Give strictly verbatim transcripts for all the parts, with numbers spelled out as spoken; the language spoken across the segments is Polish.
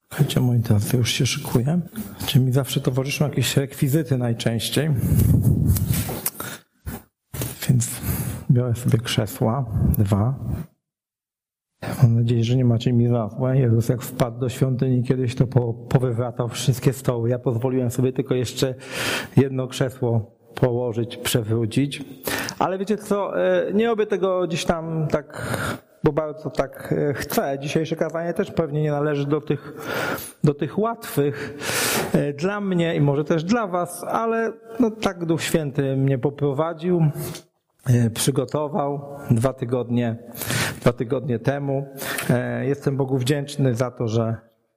Słuchajcie, moi drodzy, już się szykuję. Czy mi zawsze towarzyszą jakieś rekwizyty najczęściej. Więc biorę sobie krzesła, dwa. Mam nadzieję, że nie macie mi za złe. Jezus jak wpadł do świątyni kiedyś, to po, powywracał wszystkie stoły. Ja pozwoliłem sobie tylko jeszcze jedno krzesło położyć, przewrócić. Ale wiecie co, nie robię tego gdzieś tam tak, bo bardzo tak chcę. Dzisiejsze kazanie też pewnie nie należy do tych, do tych łatwych dla mnie i może też dla was, ale no tak Duch Święty mnie poprowadził, przygotował dwa tygodnie, dwa tygodnie temu. Jestem Bogu wdzięczny za to, że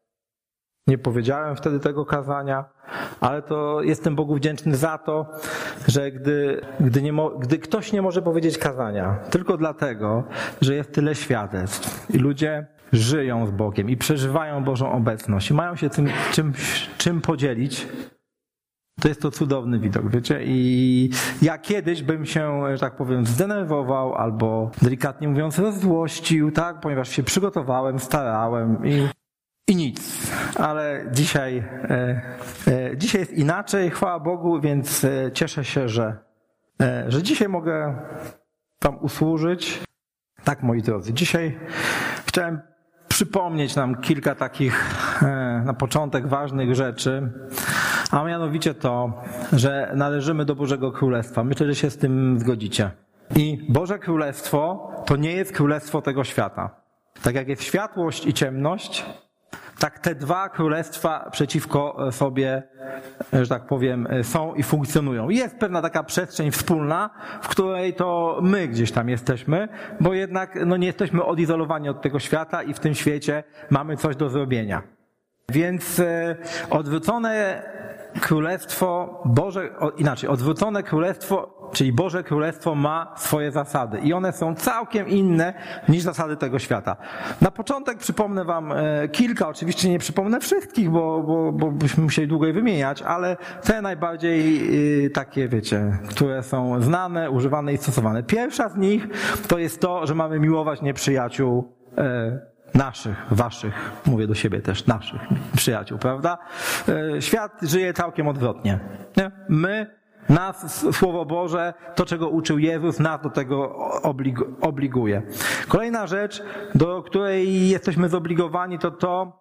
nie powiedziałem wtedy tego kazania, ale to jestem Bogu wdzięczny za to, że gdy, gdy, nie mo, gdy ktoś nie może powiedzieć kazania, tylko dlatego, że jest tyle świadectw i ludzie żyją z Bogiem i przeżywają Bożą obecność i mają się tym, czym, czym podzielić, to jest to cudowny widok, wiecie? I ja kiedyś bym się, że tak powiem, zdenerwował albo delikatnie mówiąc rozzłościł, tak? Ponieważ się przygotowałem, starałem i I nic, ale dzisiaj, e, e, dzisiaj jest inaczej, chwała Bogu, więc e, cieszę się, że, e, że dzisiaj mogę wam usłużyć. Tak, moi drodzy, dzisiaj chciałem przypomnieć nam kilka takich e, na początek ważnych rzeczy, a mianowicie to, że należymy do Bożego Królestwa. Myślę, że się z tym zgodzicie. I Boże Królestwo to nie jest królestwo tego świata. Tak jak jest światłość i ciemność, tak te dwa królestwa przeciwko sobie, że tak powiem, są i funkcjonują. Jest pewna taka przestrzeń wspólna, w której to my gdzieś tam jesteśmy, bo jednak no, nie jesteśmy odizolowani od tego świata i w tym świecie mamy coś do zrobienia. Więc e, odwrócone królestwo Boże, o, inaczej, odwrócone królestwo, czyli Boże Królestwo ma swoje zasady i one są całkiem inne niż zasady tego świata. Na początek przypomnę wam e, kilka, oczywiście nie przypomnę wszystkich, bo, bo, bo byśmy musieli długo je wymieniać, ale te najbardziej e, takie, wiecie, które są znane, używane i stosowane. Pierwsza z nich to jest to, że mamy miłować nieprzyjaciół e, naszych, waszych, mówię do siebie też, naszych przyjaciół, prawda? Świat żyje całkiem odwrotnie. Nie? My, nas, Słowo Boże, to czego uczył Jezus, nas do tego obliguje. Kolejna rzecz, do której jesteśmy zobligowani, to to,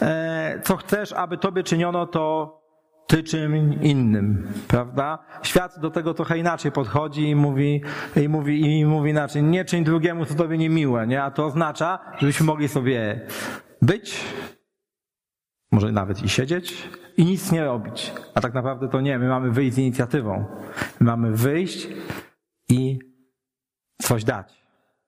co chcesz, aby tobie czyniono, to ty czym innym, prawda? Świat do tego trochę inaczej podchodzi i mówi, i mówi, i mówi inaczej, nie czyń drugiemu, co tobie niemiłe, nie? A to oznacza, żebyśmy mogli sobie być, może nawet i siedzieć, i nic nie robić. A tak naprawdę to nie, my mamy wyjść z inicjatywą. My mamy wyjść i coś dać.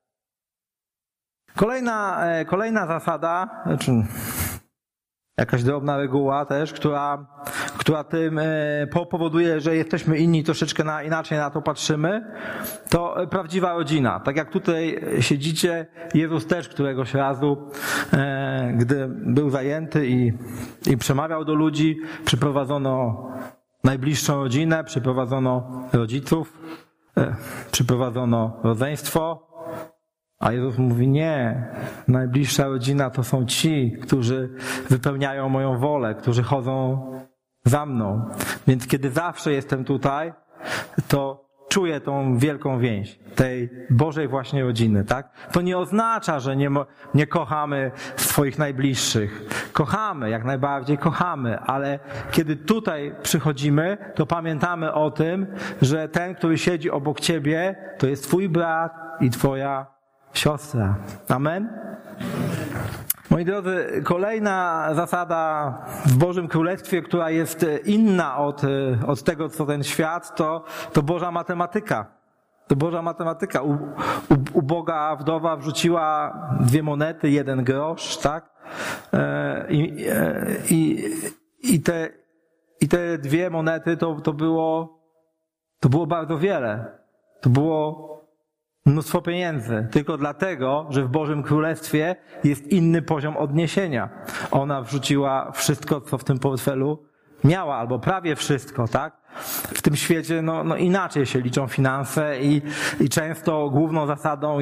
Kolejna, kolejna zasada, znaczy jakaś drobna reguła też, która, która tym powoduje, że jesteśmy inni, troszeczkę na, inaczej na to patrzymy, to prawdziwa rodzina. Tak jak tutaj siedzicie, Jezus też któregoś razu, e, gdy był zajęty i, i przemawiał do ludzi, przyprowadzono najbliższą rodzinę, przyprowadzono rodziców, e, przyprowadzono rodzeństwo, a Jezus mówi, nie, najbliższa rodzina to są ci, którzy wypełniają moją wolę, którzy chodzą za mną. Więc kiedy zawsze jestem tutaj, to czuję tą wielką więź tej Bożej właśnie rodziny, tak? To nie oznacza, że nie, nie kochamy swoich najbliższych. Kochamy, jak najbardziej kochamy, ale kiedy tutaj przychodzimy, to pamiętamy o tym, że ten, który siedzi obok ciebie, to jest twój brat i twoja siostra. Amen? Moi drodzy, kolejna zasada w Bożym Królestwie, która jest inna od, od tego, co ten świat, to, to Boża matematyka. To Boża matematyka. U, u, uboga wdowa wrzuciła dwie monety, jeden grosz, tak? I, i, i, te, i te dwie monety to, to było, to było bardzo wiele. To było mnóstwo pieniędzy, tylko dlatego, że w Bożym Królestwie jest inny poziom odniesienia. Ona wrzuciła wszystko, co w tym portfelu miała, albo prawie wszystko, tak? W tym świecie no, no inaczej się liczą finanse i, i często główną zasadą jest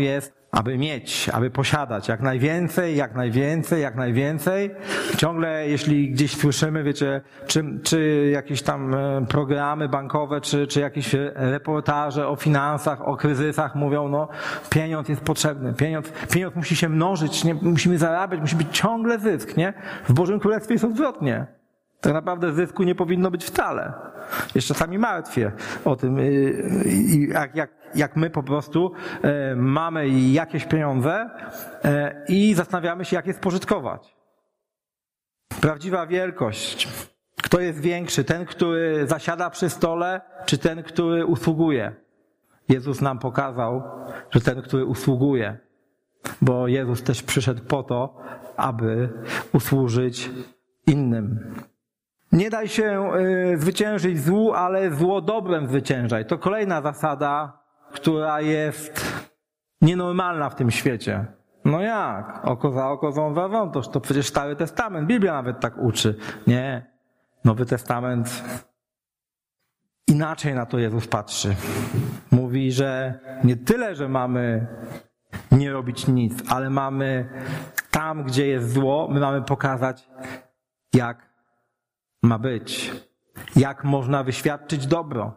aby mieć, aby posiadać jak najwięcej, jak najwięcej, jak najwięcej. Ciągle, jeśli gdzieś słyszymy, wiecie, czy, czy jakieś tam programy bankowe, czy, czy jakieś reportaże o finansach, o kryzysach, mówią, no, pieniądz jest potrzebny, pieniądz, pieniądz musi się mnożyć, nie? Musimy zarabiać, musi być ciągle zysk, nie? W Bożym Królestwie jest odwrotnie. Tak naprawdę zysku nie powinno być wcale. Jeszcze czasami martwię o tym, jak, jak, jak my po prostu mamy jakieś pieniądze i zastanawiamy się, jak je spożytkować. Prawdziwa wielkość. Kto jest większy? Ten, który zasiada przy stole, czy ten, który usługuje? Jezus nam pokazał, że ten, który usługuje. Bo Jezus też przyszedł po to, aby usłużyć innym. Nie daj się y, zwyciężyć złu, ale zło dobrem zwyciężaj. To kolejna zasada, która jest nienormalna w tym świecie. No jak? Oko za oko, ząb za ząb. To, to przecież Stary Testament, Biblia nawet tak uczy. Nie. Nowy Testament inaczej na to Jezus patrzy. Mówi, że nie tyle, że mamy nie robić nic, ale mamy tam, gdzie jest zło, my mamy pokazać, jak ma być. Jak można wyświadczyć dobro.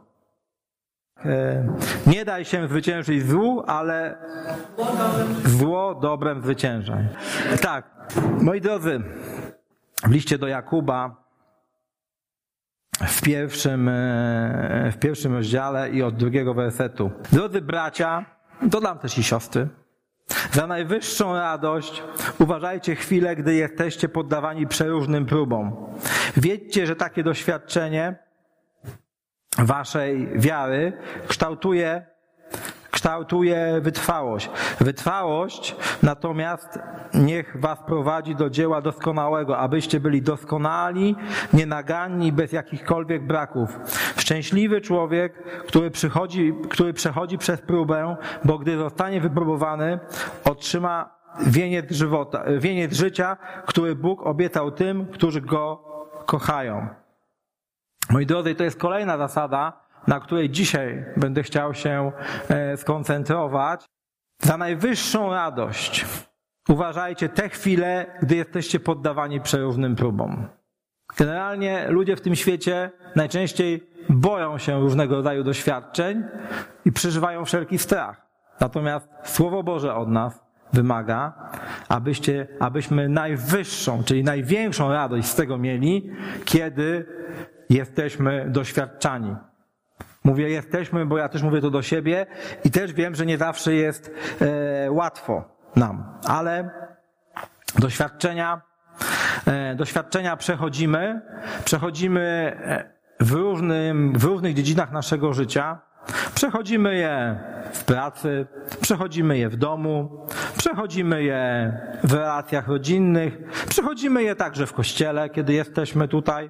Nie daj się zwyciężyć złu, ale zło dobrem zwyciężaj. Tak, moi drodzy, w liście do Jakuba w pierwszym, w pierwszym rozdziale i od drugiego wersetu. Drodzy bracia, dodam też i siostry, za najwyższą radość uważajcie chwilę, gdy jesteście poddawani przeróżnym próbom. Wiedzcie, że takie doświadczenie waszej wiary kształtuje, kształtuje wytrwałość. Wytrwałość natomiast niech was prowadzi do dzieła doskonałego, abyście byli doskonali, nienaganni, bez jakichkolwiek braków. Szczęśliwy człowiek, który przychodzi, który przechodzi przez próbę, bo gdy zostanie wypróbowany, otrzyma wieniec żywota, wieniec życia, który Bóg obiecał tym, którzy Go kochają. Moi drodzy, to jest kolejna zasada, na której dzisiaj będę chciał się skoncentrować. Za najwyższą radość uważajcie te chwile, gdy jesteście poddawani przeróżnym próbom. Generalnie ludzie w tym świecie najczęściej boją się różnego rodzaju doświadczeń i przeżywają wszelki strach. Natomiast Słowo Boże od nas wymaga, abyście, abyśmy najwyższą, czyli największą radość z tego mieli, kiedy jesteśmy doświadczani. Mówię jesteśmy, bo ja też mówię to do siebie i też wiem, że nie zawsze jest e, łatwo nam, ale doświadczenia, e, doświadczenia przechodzimy, przechodzimy w, różnym, w różnych dziedzinach naszego życia. Przechodzimy je w pracy, przechodzimy je w domu, przechodzimy je w relacjach rodzinnych, przechodzimy je także w kościele, kiedy jesteśmy tutaj.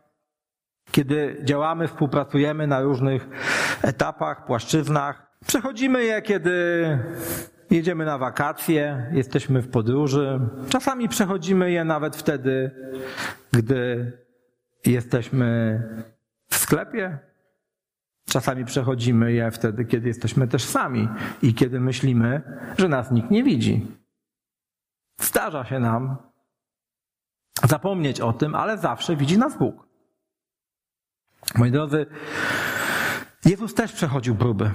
Kiedy działamy, współpracujemy na różnych etapach, płaszczyznach. Przechodzimy je, kiedy jedziemy na wakacje, jesteśmy w podróży. Czasami przechodzimy je nawet wtedy, gdy jesteśmy w sklepie. Czasami przechodzimy je wtedy, kiedy jesteśmy też sami i kiedy myślimy, że nas nikt nie widzi. Zdarza się nam zapomnieć o tym, ale zawsze widzi nas Bóg. Moi drodzy, Jezus też przechodził próby.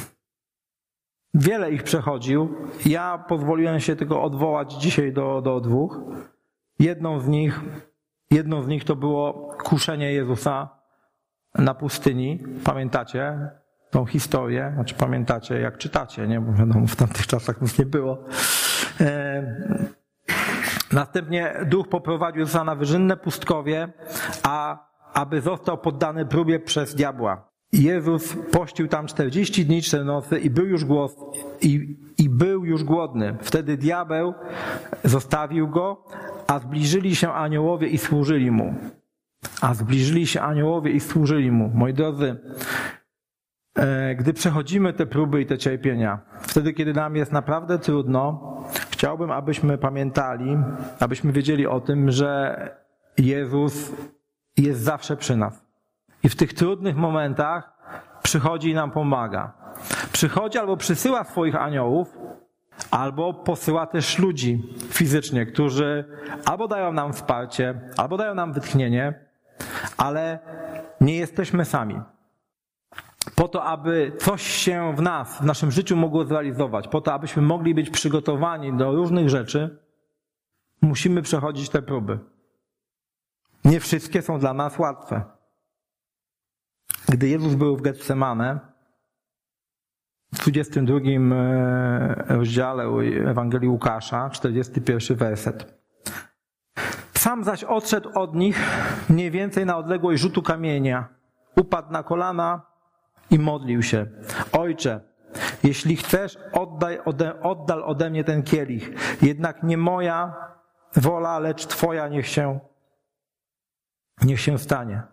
Wiele ich przechodził. Ja pozwoliłem się tylko odwołać dzisiaj do, do dwóch. Jedną z nich, jedną z nich to było kuszenie Jezusa na pustyni. Pamiętacie tą historię? Znaczy pamiętacie, jak czytacie, nie? Bo wiadomo, w tamtych czasach nic nie było. E... Następnie Duch poprowadził Jezusa na wyżynne pustkowie, a aby został poddany próbie przez diabła. Jezus pościł tam czterdzieści dni, cztery nocy i był już głos, i, i był już głodny. Wtedy diabeł zostawił go, a zbliżyli się aniołowie i służyli mu. A zbliżyli się aniołowie i służyli mu. Moi drodzy, gdy przechodzimy te próby i te cierpienia, wtedy, kiedy nam jest naprawdę trudno, chciałbym, abyśmy pamiętali, abyśmy wiedzieli o tym, że Jezus jest zawsze przy nas. I w tych trudnych momentach przychodzi i nam pomaga. Przychodzi albo przysyła swoich aniołów, Albo posyła też ludzi fizycznie, którzy albo dają nam wsparcie, albo dają nam wytchnienie, ale nie jesteśmy sami. Po to, aby coś się w nas, w naszym życiu mogło zrealizować, po to, abyśmy mogli być przygotowani do różnych rzeczy, musimy przechodzić te próby. Nie wszystkie są dla nas łatwe. Gdy Jezus był w Getsemane, w dwudziestym drugim rozdziale Ewangelii Łukasza, czterdziesty pierwszy werset. Sam zaś odszedł od nich mniej więcej na odległość rzutu kamienia. Upadł na kolana i modlił się. Ojcze, jeśli chcesz, oddaj ode, oddal ode mnie ten kielich. Jednak nie moja wola, lecz Twoja niech się, niech się stanie.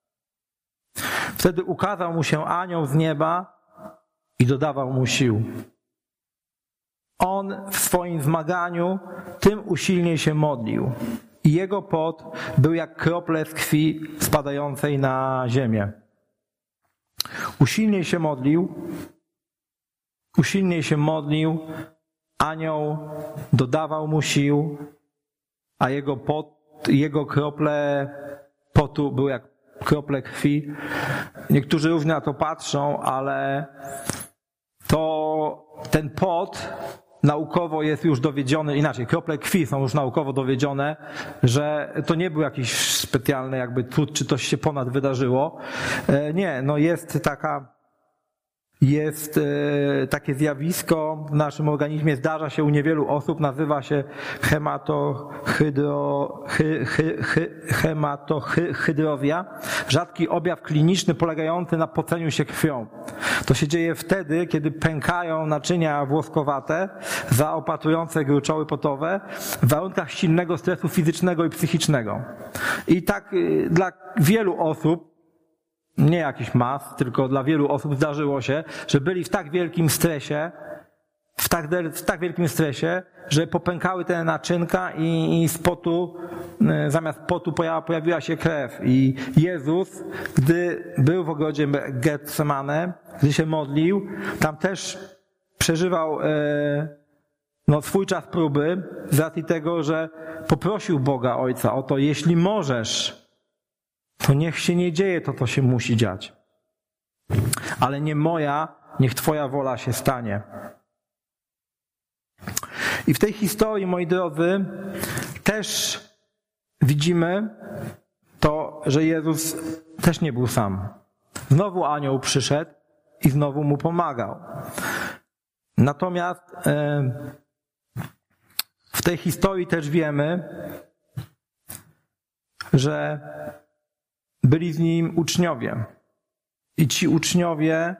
Wtedy ukazał mu się anioł z nieba i dodawał mu sił. On w swoim zmaganiu tym usilniej się modlił. I jego pot był jak krople z krwi spadającej na ziemię. Usilniej się modlił, usilniej się modlił, anioł dodawał mu sił, a jego pot, jego krople potu były jak krople krwi. Niektórzy różnie na to patrzą, ale to ten pot naukowo jest już dowiedziony, inaczej, krople krwi są już naukowo dowiedzione, że to nie był jakiś specjalny jakby cud, czy coś się ponad wydarzyło. Nie, no jest taka, jest takie zjawisko w naszym organizmie, zdarza się u niewielu osób, nazywa się hematohydro, hy, hy, hy, hematohydrozja, rzadki objaw kliniczny polegający na poceniu się krwią. To się dzieje wtedy, kiedy pękają naczynia włoskowate, zaopatrujące gruczoły potowe w warunkach silnego stresu fizycznego i psychicznego. I tak dla wielu osób, nie jakiś mas, tylko dla wielu osób zdarzyło się, że byli w tak wielkim stresie, w tak, w tak wielkim stresie, że popękały te naczynka i, i z potu, zamiast potu pojawiła, pojawiła się krew. I Jezus, gdy był w ogrodzie Getsemane, gdy się modlił, tam też przeżywał e, no, swój czas próby z racji tego, że poprosił Boga Ojca o to, jeśli możesz, to niech się nie dzieje to, co się musi dziać. Ale nie moja, niech Twoja wola się stanie. I w tej historii, moi drodzy, też widzimy to, że Jezus też nie był sam. Znowu anioł przyszedł i znowu mu pomagał. Natomiast w tej historii też wiemy, że byli z nim uczniowie. I ci uczniowie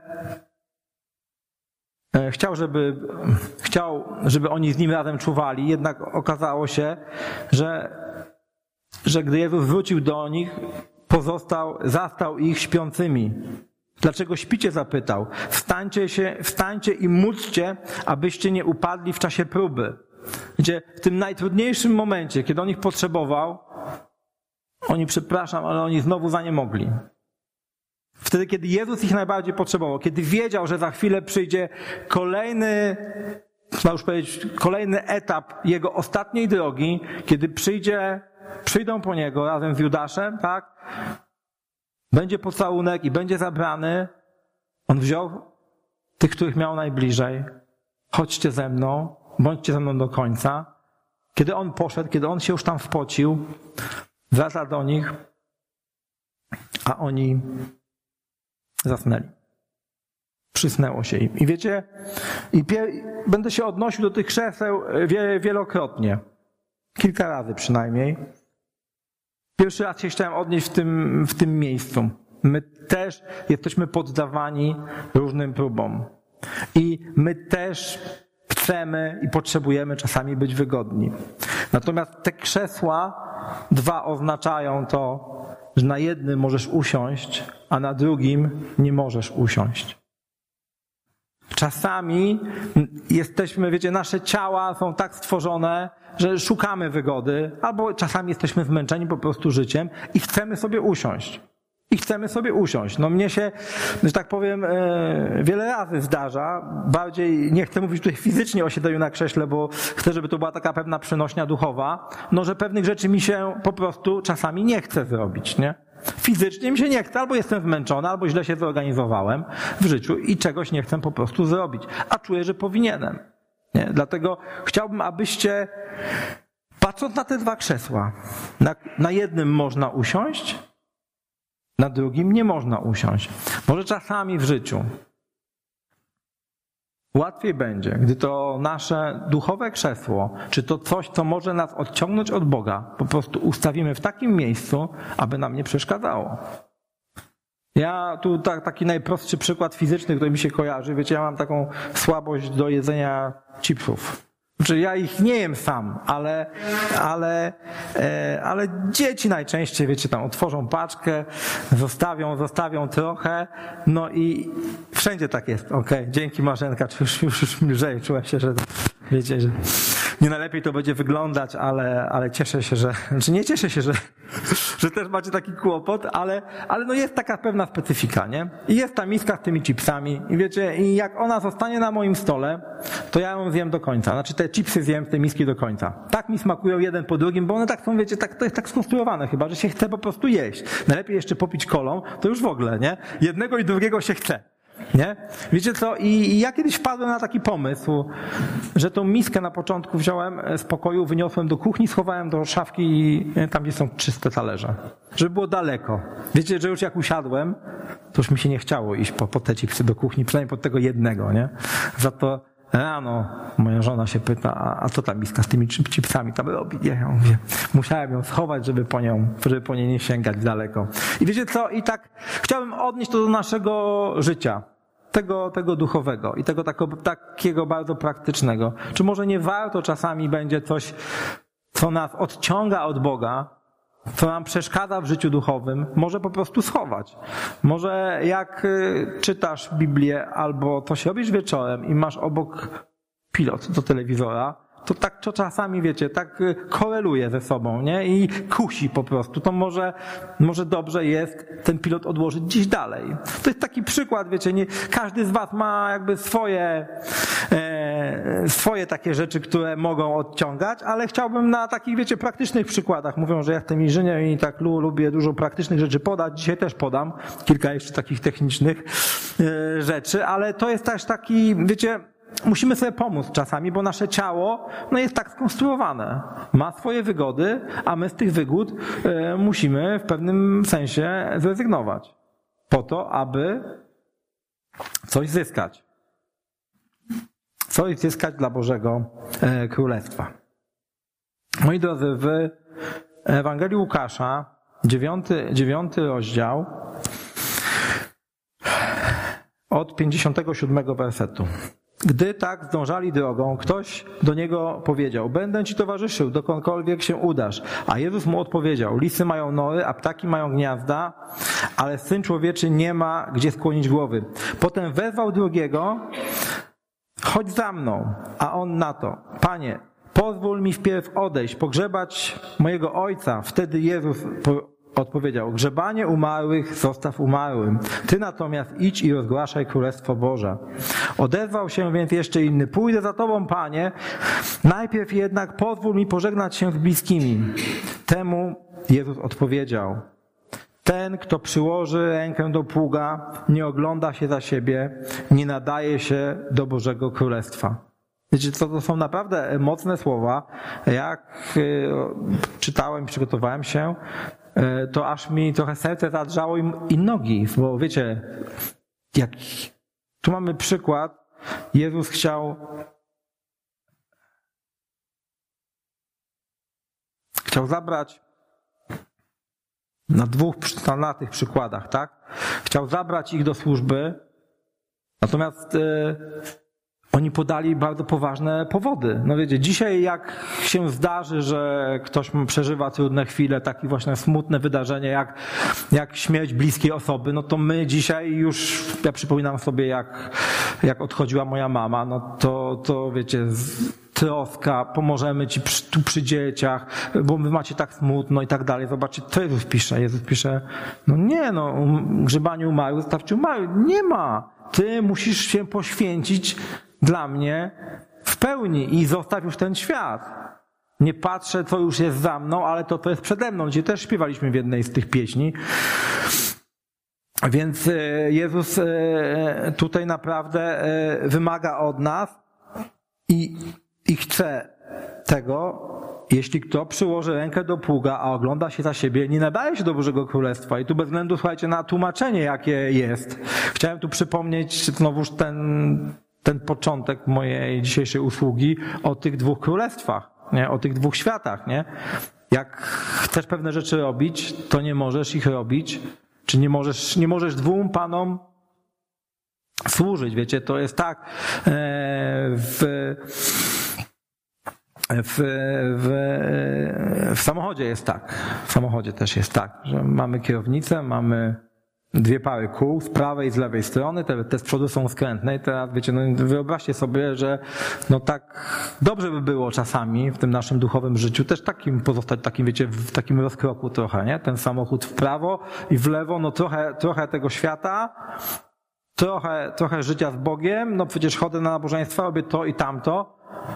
chciał, żeby, chciał, żeby oni z nim razem czuwali, jednak okazało się, że, że gdy Jezus wrócił do nich, pozostał, zastał ich śpiącymi. Dlaczego śpicie? Zapytał. Wstańcie się, wstańcie i módlcie, abyście nie upadli w czasie próby. Wiecie, w tym najtrudniejszym momencie, kiedy on ich potrzebował, oni, przepraszam, ale oni znowu zaniemogli. Wtedy, kiedy Jezus ich najbardziej potrzebował, kiedy wiedział, że za chwilę przyjdzie kolejny, trzeba już powiedzieć, kolejny etap jego ostatniej drogi, kiedy przyjdzie, przyjdą po niego razem z Judaszem, tak? Będzie pocałunek i będzie zabrany. On wziął tych, których miał najbliżej. Chodźcie ze mną, bądźcie ze mną do końca. Kiedy on poszedł, kiedy on się już tam wpocił, wraca do nich, a oni zasnęli. Przysnęło się im. I wiecie, i pie- będę się odnosił do tych krzeseł wie- wielokrotnie. Kilka razy przynajmniej. Pierwszy raz się chciałem odnieść w tym, w tym miejscu. My też jesteśmy poddawani różnym próbom. I my też chcemy i potrzebujemy czasami być wygodni. Natomiast te krzesła, dwa oznaczają to, że na jednym możesz usiąść, a na drugim nie możesz usiąść. Czasami jesteśmy, wiecie, nasze ciała są tak stworzone, że szukamy wygody, albo czasami jesteśmy zmęczeni po prostu życiem i chcemy sobie usiąść. I chcemy sobie usiąść. No mnie się, że tak powiem, wiele razy zdarza, bardziej nie chcę mówić tutaj fizycznie o siedzeniu na krześle, bo chcę, żeby to była taka pewna przenośnia duchowa, no że pewnych rzeczy mi się po prostu czasami nie chce zrobić, nie? Fizycznie mi się nie chce, albo jestem zmęczony, albo źle się zorganizowałem w życiu i czegoś nie chcę po prostu zrobić, a czuję, że powinienem. Nie? Dlatego chciałbym, abyście, patrząc na te dwa krzesła, na, na jednym można usiąść, na drugim nie można usiąść. Może czasami w życiu łatwiej będzie, gdy to nasze duchowe krzesło, czy to coś, co może nas odciągnąć od Boga, po prostu ustawimy w takim miejscu, aby nam nie przeszkadzało. Ja tu tak, taki najprostszy przykład fizyczny, który mi się kojarzy, wiecie, ja mam taką słabość do jedzenia chipsów. Znaczy ja ich nie jem sam, ale, ale, e, ale dzieci najczęściej, wiecie, tam otworzą paczkę, zostawią, zostawią trochę, no i wszędzie tak jest. Okej, okay, dzięki Marzenka, już, już, już lżej, czułem się, że wiecie, że nie najlepiej to będzie wyglądać, ale, ale cieszę się, że, znaczy nie cieszę się, że, że też macie taki kłopot, ale, ale no jest taka pewna specyfika, nie? I jest ta miska z tymi chipsami i wiecie, i jak ona zostanie na moim stole, to ja ją zjem do końca. Znaczy te chipsy zjem z tej miski do końca. Tak mi smakują jeden po drugim, bo one tak są, wiecie, tak, to jest tak skonstruowane chyba, że się chce po prostu jeść. Najlepiej jeszcze popić kolą, to już w ogóle, nie? Jednego i drugiego się chce. Nie? Wiecie co? I, I ja kiedyś wpadłem na taki pomysł, że tą miskę na początku wziąłem z pokoju, wyniosłem do kuchni, schowałem do szafki tam, gdzie są czyste talerze. Żeby było daleko. Wiecie, że już jak usiadłem, to już mi się nie chciało iść po, po te chipsy do kuchni, przynajmniej pod tego jednego, nie? Za to rano moja żona się pyta, a, a co ta miska z tymi chipsami tam robi? Nie, ja mówię, musiałem ją schować, żeby po nią, żeby po niej nie sięgać daleko. I wiecie co? I tak chciałbym odnieść to do naszego życia. Tego, tego duchowego i tego takiego, takiego bardzo praktycznego. Czy może nie warto czasami będzie coś, co nas odciąga od Boga, co nam przeszkadza w życiu duchowym, może po prostu schować. Może jak czytasz Biblię albo coś robisz wieczorem i masz obok pilot do telewizora, to tak to czasami, wiecie, tak koreluje ze sobą, nie? I kusi po prostu. To może, może dobrze jest ten pilot odłożyć gdzieś dalej. To jest taki przykład, wiecie, nie, każdy z was ma jakby swoje, e, swoje takie rzeczy, które mogą odciągać, ale chciałbym na takich, wiecie, praktycznych przykładach. Mówią, że ja jestem inżynierem i tak lubię dużo praktycznych rzeczy podać. Dzisiaj też podam kilka jeszcze takich technicznych e, rzeczy, ale to jest też taki, wiecie, musimy sobie pomóc czasami, bo nasze ciało no jest tak skonstruowane. Ma swoje wygody, a my z tych wygód e, musimy w pewnym sensie zrezygnować. Po to, aby coś zyskać. Coś zyskać dla Bożego e, Królestwa. Moi drodzy, w Ewangelii Łukasza, dziewiąty, dziewiąty rozdział, od pięćdziesiątego siódmego wersetu. Gdy tak zdążali drogą, ktoś do niego powiedział: będę ci towarzyszył, dokądkolwiek się udasz. A Jezus mu odpowiedział: lisy mają nory, a ptaki mają gniazda, ale Syn Człowieczy nie ma gdzie skłonić głowy. Potem wezwał drugiego: chodź za mną. A on na to: Panie, pozwól mi wpierw odejść, pogrzebać mojego ojca. Wtedy Jezus odpowiedział: grzebanie umarłych zostaw umarłym. Ty natomiast idź i rozgłaszaj Królestwo Boże. Odezwał się więc jeszcze inny: pójdę za tobą, Panie, najpierw jednak pozwól mi pożegnać się z bliskimi. Temu Jezus odpowiedział: ten, kto przyłoży rękę do pługa, nie ogląda się za siebie, nie nadaje się do Bożego Królestwa. Wiecie, to, to są naprawdę mocne słowa. Jak czytałem, przygotowałem się, to aż mi trochę serce zadrżało i, i nogi, bo wiecie, jak tu mamy przykład, Jezus chciał chciał zabrać na dwóch, na tych przykładach, tak? Chciał zabrać ich do służby, natomiast e, oni podali bardzo poważne powody. No wiecie, dzisiaj jak się zdarzy, że ktoś przeżywa trudne chwile, takie właśnie smutne wydarzenie, jak, jak śmierć bliskiej osoby, no to my dzisiaj już, ja przypominam sobie, jak, jak odchodziła moja mama, no to, to wiecie, troska, pomożemy ci przy, tu przy dzieciach, bo wy macie tak smutno i tak dalej. Zobaczcie, co Jezus pisze. Jezus pisze, no nie, no, grzebanie umarłych, zostawcie umarłych. Nie ma. Ty musisz się poświęcić dla mnie w pełni i zostaw już ten świat. Nie patrzę, co już jest za mną, ale to, co jest przede mną. Gdzie też śpiewaliśmy w jednej z tych pieśni. Więc Jezus tutaj naprawdę wymaga od nas i, i chce tego, jeśli kto przyłoży rękę do pługa, a ogląda się za siebie, nie nadaje się do Bożego Królestwa. I tu bez względu, słuchajcie, na tłumaczenie, jakie jest. Chciałem tu przypomnieć znowuż ten, ten początek mojej dzisiejszej usługi o tych dwóch królestwach, nie? O tych dwóch światach, nie? Jak chcesz pewne rzeczy robić, to nie możesz ich robić. Czy nie możesz, nie możesz dwóm panom służyć, wiecie, to jest tak w, w, w, w samochodzie jest tak, w samochodzie też jest tak, że mamy kierownicę, mamy dwie pary kół z prawej i z lewej strony, te, te z przodu są skrętne i teraz, wiecie, no wyobraźcie sobie, że no tak dobrze by było czasami w tym naszym duchowym życiu też takim pozostać, takim, wiecie, w takim rozkroku trochę, nie? Ten samochód w prawo i w lewo, no trochę, trochę tego świata, trochę, trochę życia z Bogiem, no przecież chodzę na nabożeństwa, robię to i tamto.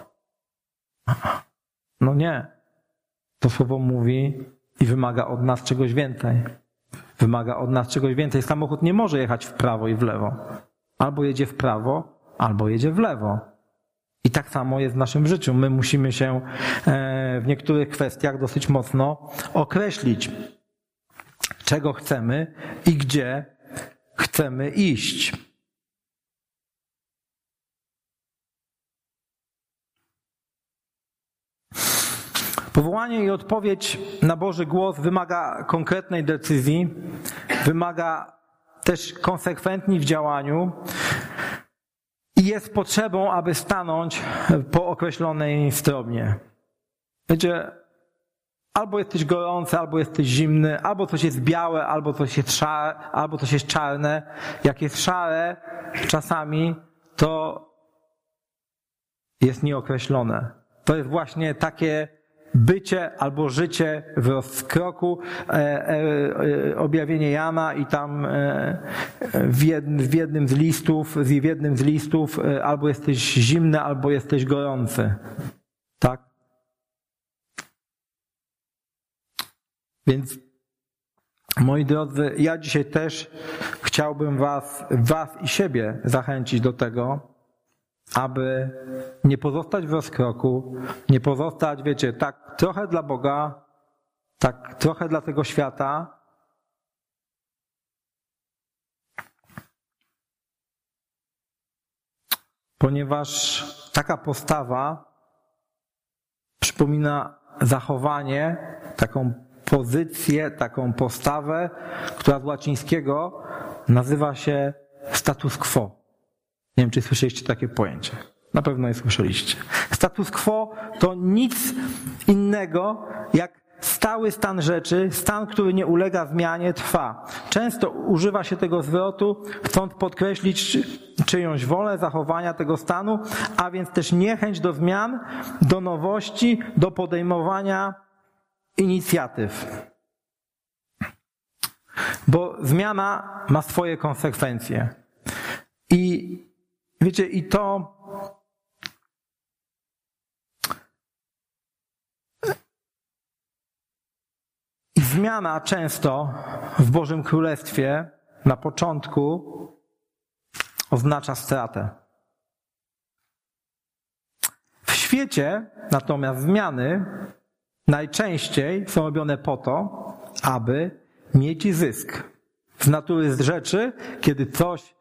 No nie. To słowo mówi i wymaga od nas czegoś więcej. Wymaga od nas czegoś więcej. Samochód nie może jechać w prawo i w lewo. Albo jedzie w prawo, albo jedzie w lewo. I tak samo jest w naszym życiu. My musimy się w niektórych kwestiach dosyć mocno określić, czego chcemy i gdzie chcemy iść. Powołanie i odpowiedź na Boży głos wymaga konkretnej decyzji, wymaga też konsekwentni w działaniu i jest potrzebą, aby stanąć po określonej stronie. Wiecie, albo jesteś gorący, albo jesteś zimny, albo coś jest białe, albo coś jest szare, albo coś jest czarne. Jak jest szare czasami, to jest nieokreślone. To jest właśnie takie bycie albo życie w rozkroku, e, e, objawienie Jana i tam e, w, jed, w jednym z listów, w jednym z listów e, albo jesteś zimny, albo jesteś gorący. Tak? Więc moi drodzy, ja dzisiaj też chciałbym was, was i siebie zachęcić do tego, aby nie pozostać w rozkroku, nie pozostać, wiecie, tak trochę dla Boga, tak trochę dla tego świata, ponieważ taka postawa przypomina zachowanie, taką pozycję, taką postawę, która z łacińskiego nazywa się status quo. Nie wiem, czy słyszeliście takie pojęcie. Na pewno je słyszeliście. Status quo to nic innego jak stały stan rzeczy, stan, który nie ulega zmianie, trwa. Często używa się tego zwrotu, chcąc podkreślić czyjąś wolę zachowania tego stanu, a więc też niechęć do zmian, do nowości, do podejmowania inicjatyw. Bo zmiana ma swoje konsekwencje. I wiecie, i to i zmiana często w Bożym Królestwie na początku oznacza stratę. W świecie natomiast zmiany najczęściej są robione po to, aby mieć zysk. Z natury z rzeczy, kiedy coś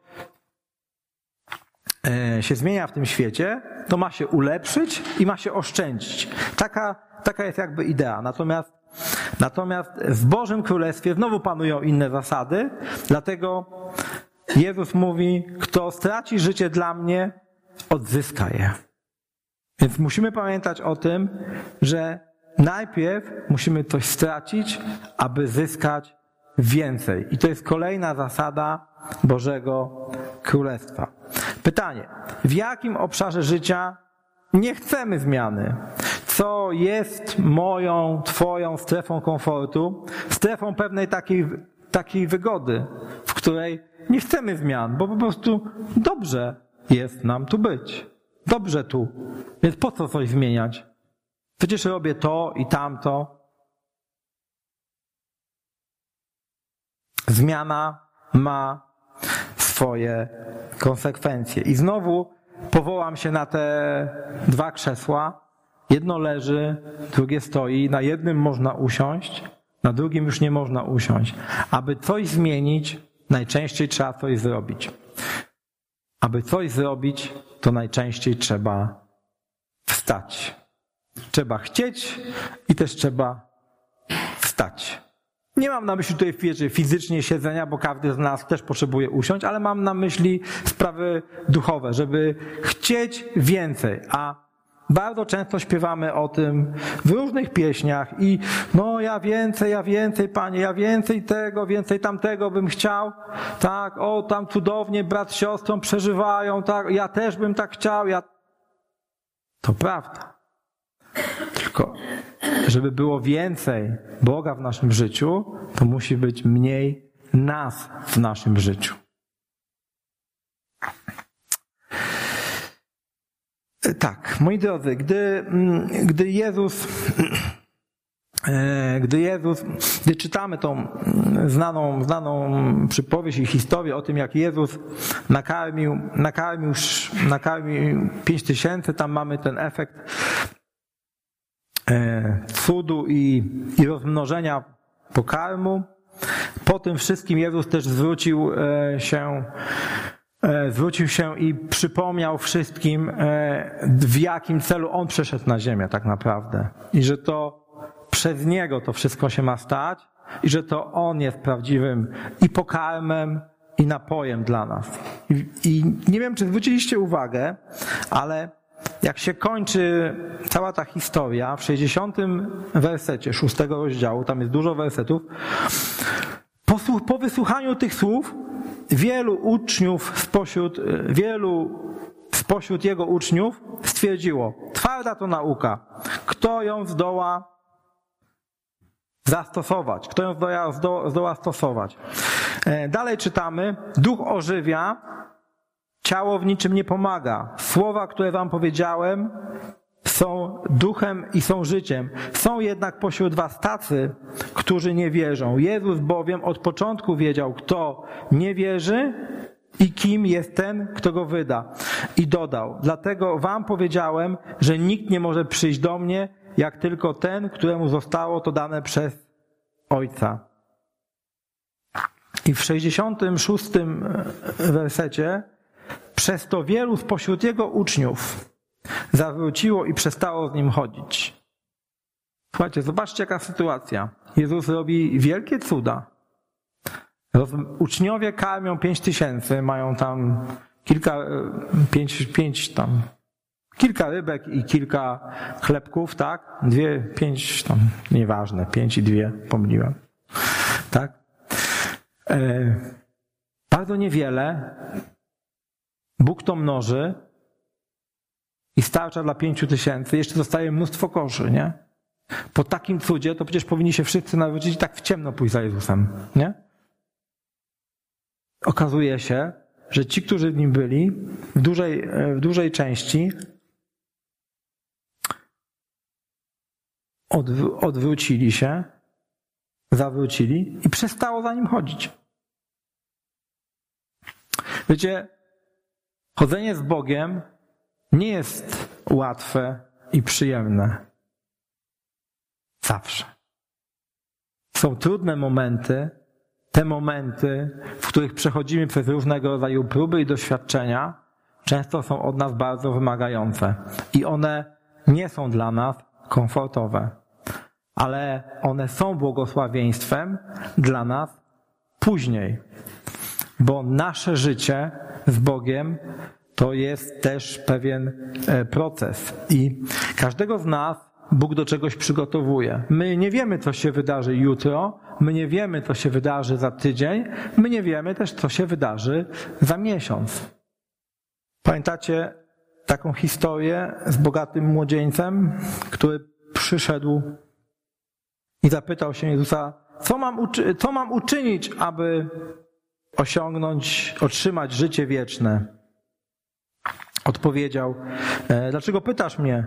się zmienia w tym świecie, to ma się ulepszyć i ma się oszczędzić. Taka, taka jest jakby idea. Natomiast, natomiast w Bożym Królestwie znowu panują inne zasady, dlatego Jezus mówi, kto straci życie dla mnie, odzyska je. Więc musimy pamiętać o tym, że najpierw musimy coś stracić, aby zyskać więcej. I to jest kolejna zasada Bożego Królestwa. Pytanie, w jakim obszarze życia nie chcemy zmiany. Co jest moją, twoją strefą komfortu, strefą pewnej takiej, takiej wygody, w której nie chcemy zmian, bo po prostu dobrze jest nam tu być. Dobrze tu. Więc po co coś zmieniać? Przecież robię to i tamto. Zmiana ma swoje konsekwencje. I znowu powołam się na te dwa krzesła. Jedno leży, drugie stoi. Na jednym można usiąść, na drugim już nie można usiąść. Aby coś zmienić, najczęściej trzeba coś zrobić. Aby coś zrobić, to najczęściej trzeba wstać. Trzeba chcieć i też trzeba wstać. Nie mam na myśli tutaj wiecie, fizycznie siedzenia, bo każdy z nas też potrzebuje usiąść, ale mam na myśli sprawy duchowe, żeby chcieć więcej. A bardzo często śpiewamy o tym w różnych pieśniach i no ja więcej, ja więcej, Panie, ja więcej tego, więcej tamtego bym chciał. Tak, o tam cudownie brat z siostrą przeżywają, tak, ja też bym tak chciał. Ja... To prawda. Tylko żeby było więcej Boga w naszym życiu, to musi być mniej nas w naszym życiu. Tak, moi drodzy, gdy, gdy Jezus, gdy Jezus, gdy czytamy tą znaną, znaną przypowieść i historię o tym, jak Jezus nakarmił, nakarmił, nakarmił pięć tysięcy, tam mamy ten efekt cudu i, i rozmnożenia pokarmu. Po tym wszystkim Jezus też zwrócił się, zwrócił się i przypomniał wszystkim, w jakim celu On przyszedł na ziemię tak naprawdę. I że to przez Niego to wszystko się ma stać i że to On jest prawdziwym i pokarmem, i napojem dla nas. I, i nie wiem, czy zwróciliście uwagę, ale jak się kończy cała ta historia, w sześćdziesiątym wersecie szóstego rozdziału, tam jest dużo wersetów, po, po wysłuchaniu tych słów wielu uczniów spośród, wielu spośród jego uczniów stwierdziło, twarda to nauka, kto ją zdoła zastosować, kto ją zdoła, zdoła, zdoła stosować. Dalej czytamy, duch ożywia, ciało w niczym nie pomaga. Słowa, które wam powiedziałem, są duchem i są życiem. Są jednak pośród was tacy, którzy nie wierzą. Jezus bowiem od początku wiedział, kto nie wierzy i kim jest ten, kto go wyda. I dodał, dlatego wam powiedziałem, że nikt nie może przyjść do mnie, jak tylko ten, któremu zostało to dane przez Ojca. I w sześćdziesiątym szóstym wersecie przez to wielu spośród jego uczniów zawróciło i przestało z nim chodzić. Słuchajcie, zobaczcie jaka sytuacja. Jezus robi wielkie cuda. Uczniowie karmią pięć tysięcy, mają tam kilka, pięć, pięć tam, kilka rybek i kilka chlebków, tak? Dwie, pięć tam, nieważne, pięć i dwie, pomyliłem. Tak? E, bardzo niewiele. Bóg to mnoży i starcza dla pięciu tysięcy. Jeszcze zostaje mnóstwo koszy, nie? Po takim cudzie to przecież powinni się wszyscy nawrócić i tak w ciemno pójść za Jezusem, nie? Okazuje się, że ci, którzy w nim byli, w dużej, w dużej części odw- odwrócili się, zawrócili i przestało za nim chodzić. Wiecie, chodzenie z Bogiem nie jest łatwe i przyjemne. Zawsze. Są trudne momenty, te momenty, w których przechodzimy przez różnego rodzaju próby i doświadczenia, często są od nas bardzo wymagające. I one nie są dla nas komfortowe. Ale one są błogosławieństwem dla nas później. Bo nasze życie z Bogiem to jest też pewien proces. I każdego z nas Bóg do czegoś przygotowuje. My nie wiemy, co się wydarzy jutro, my nie wiemy, co się wydarzy za tydzień, my nie wiemy też, co się wydarzy za miesiąc. Pamiętacie, taką historię z bogatym młodzieńcem, który przyszedł i zapytał się Jezusa, co mam, uczy- co mam uczynić, aby osiągnąć, otrzymać życie wieczne. Odpowiedział, dlaczego pytasz mnie?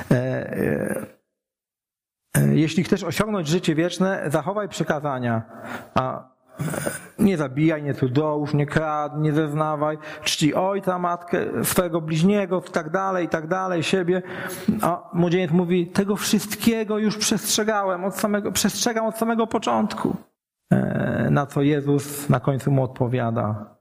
Jeśli chcesz osiągnąć życie wieczne, zachowaj przykazania, a nie zabijaj, nie cudzołóż, nie kradnij, nie zeznawaj, czci ojca, matkę, swojego bliźniego, i tak dalej, i tak dalej, siebie. A młodzieniec mówi, tego wszystkiego już przestrzegałem od samego, przestrzegam od samego początku. Na co Jezus na końcu mu odpowiada,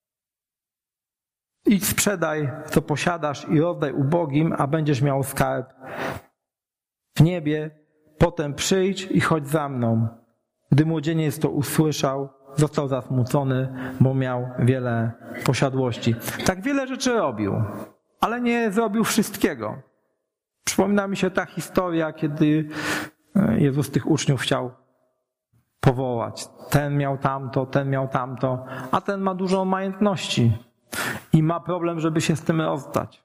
idź sprzedaj, co posiadasz i rozdaj ubogim, a będziesz miał skarb w niebie, potem przyjdź i chodź za mną. Gdy młodzieniec to usłyszał, został zasmucony, bo miał wiele posiadłości. Tak wiele rzeczy robił, ale nie zrobił wszystkiego. Przypomina mi się ta historia, kiedy Jezus tych uczniów chciał powołać. Ten miał tamto, ten miał tamto, a ten ma dużo majątności i ma problem, żeby się z tym rozstać.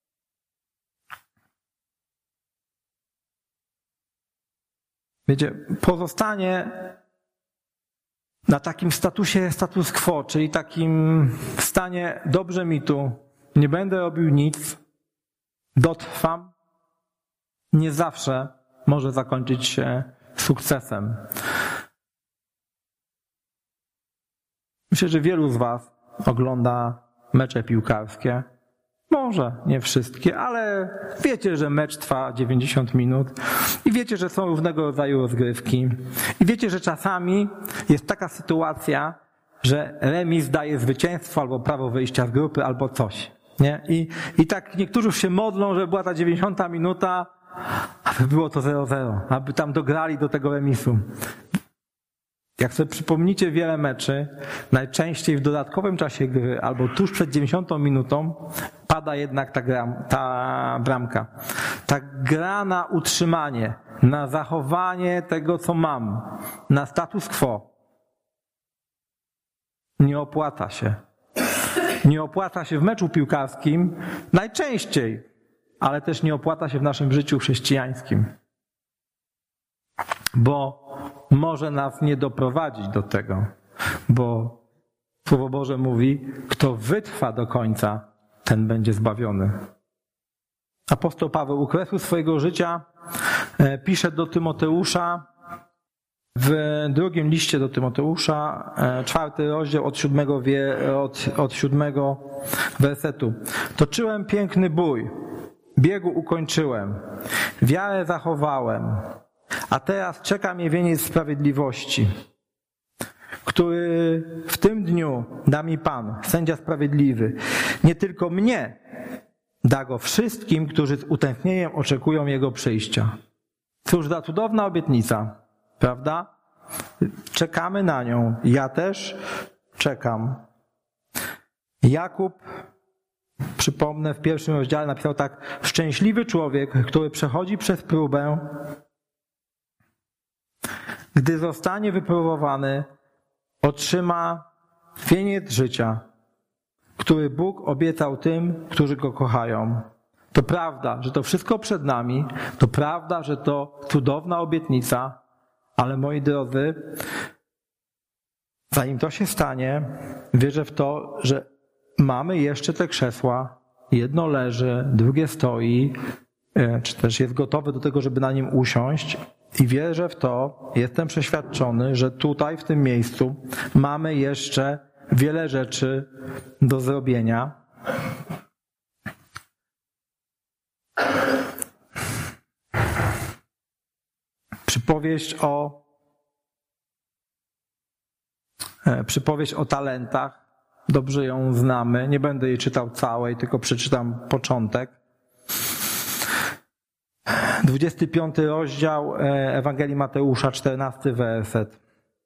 Wiecie, pozostanie na takim statusie status quo, czyli takim stanie dobrze mi tu, nie będę robił nic, dotrwam, nie zawsze może zakończyć się sukcesem. Myślę, że wielu z was ogląda mecze piłkarskie. Może nie wszystkie, ale wiecie, że mecz trwa dziewięćdziesiąt minut i wiecie, że są różnego rodzaju rozgrywki. I wiecie, że czasami jest taka sytuacja, że remis daje zwycięstwo albo prawo wyjścia z grupy, albo coś. Nie? I, i tak niektórzy się modlą, żeby była ta dziewięćdziesiąta minuta, aby było to zero zero, aby tam dograli do tego remisu. Jak sobie przypomnicie wiele meczy, najczęściej w dodatkowym czasie gry albo tuż przed dziewięćdziesiątą minutą pada jednak ta, gra, ta bramka. Ta gra na utrzymanie, na zachowanie tego, co mam, na status quo nie opłaca się. Nie opłaca się w meczu piłkarskim najczęściej, ale też nie opłaca się w naszym życiu chrześcijańskim. Bo może nas nie doprowadzić do tego, bo Słowo Boże mówi, kto wytrwa do końca, ten będzie zbawiony. Apostoł Paweł u kresu swojego życia pisze do Tymoteusza w drugim liście do Tymoteusza, czwarty rozdział od siódmego, wie, od, od siódmego wersetu. Toczyłem piękny bój, biegu ukończyłem, wiarę zachowałem, a teraz czeka mnie wieniec sprawiedliwości, który w tym dniu da mi Pan, sędzia sprawiedliwy. Nie tylko mnie, da go wszystkim, którzy z utęsknieniem oczekują Jego przyjścia. Cóż za cudowna obietnica, prawda? Czekamy na nią. Ja też czekam. Jakub, przypomnę, w pierwszym rozdziale napisał tak: szczęśliwy człowiek, który przechodzi przez próbę, gdy zostanie wypróbowany, otrzyma wieniec życia, który Bóg obiecał tym, którzy Go kochają. To prawda, że to wszystko przed nami, to prawda, że to cudowna obietnica, ale moi drodzy, zanim to się stanie, wierzę w to, że mamy jeszcze te krzesła, jedno leży, drugie stoi, czy też jest gotowe do tego, żeby na nim usiąść. I wierzę w to, jestem przeświadczony, że tutaj, w tym miejscu, mamy jeszcze wiele rzeczy do zrobienia. Przypowieść o, przypowieść o talentach, dobrze ją znamy, nie będę jej czytał całej, tylko przeczytam początek. dwudziesty piąty rozdział Ewangelii Mateusza, czternasty werset.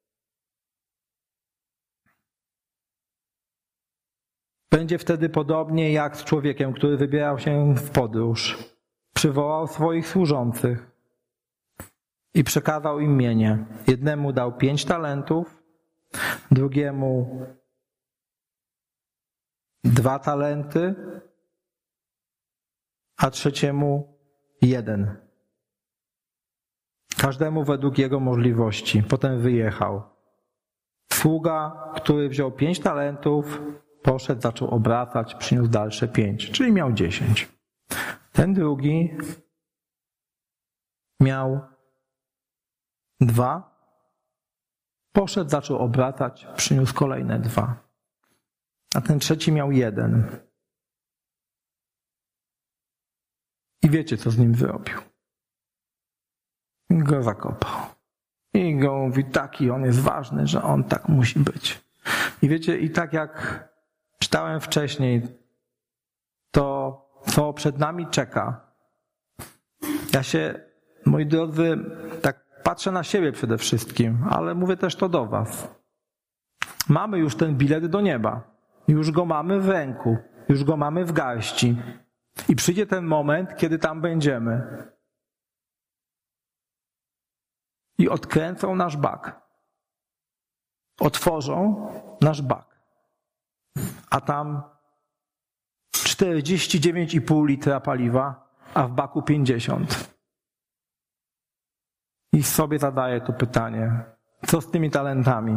Będzie wtedy podobnie jak z człowiekiem, który wybierał się w podróż. Przywołał swoich służących i przekazał im mienie. Jednemu dał pięć talentów, drugiemu dwa talenty, a trzeciemu jeden. Każdemu według jego możliwości. Potem wyjechał. Sługa, który wziął pięć talentów, poszedł, zaczął obracać, przyniósł dalsze pięć, czyli miał dziesięć. Ten drugi miał dwa, poszedł, zaczął obracać, przyniósł kolejne dwa. A ten trzeci miał jeden. I wiecie, co z nim zrobił? I go zakopał. I go mówi, taki on jest ważny, że on tak musi być. I wiecie, i tak jak czytałem wcześniej, to co przed nami czeka. Ja się, moi drodzy, tak patrzę na siebie przede wszystkim, ale mówię też to do was. Mamy już ten bilet do nieba. Już go mamy w ręku. Już go mamy w garści. I przyjdzie ten moment, kiedy tam będziemy. I odkręcą nasz bak. Otworzą nasz bak. A tam czterdzieści dziewięć i pół litra paliwa, a w baku pięćdziesiąt. I sobie zadaję to pytanie. Co z tymi talentami?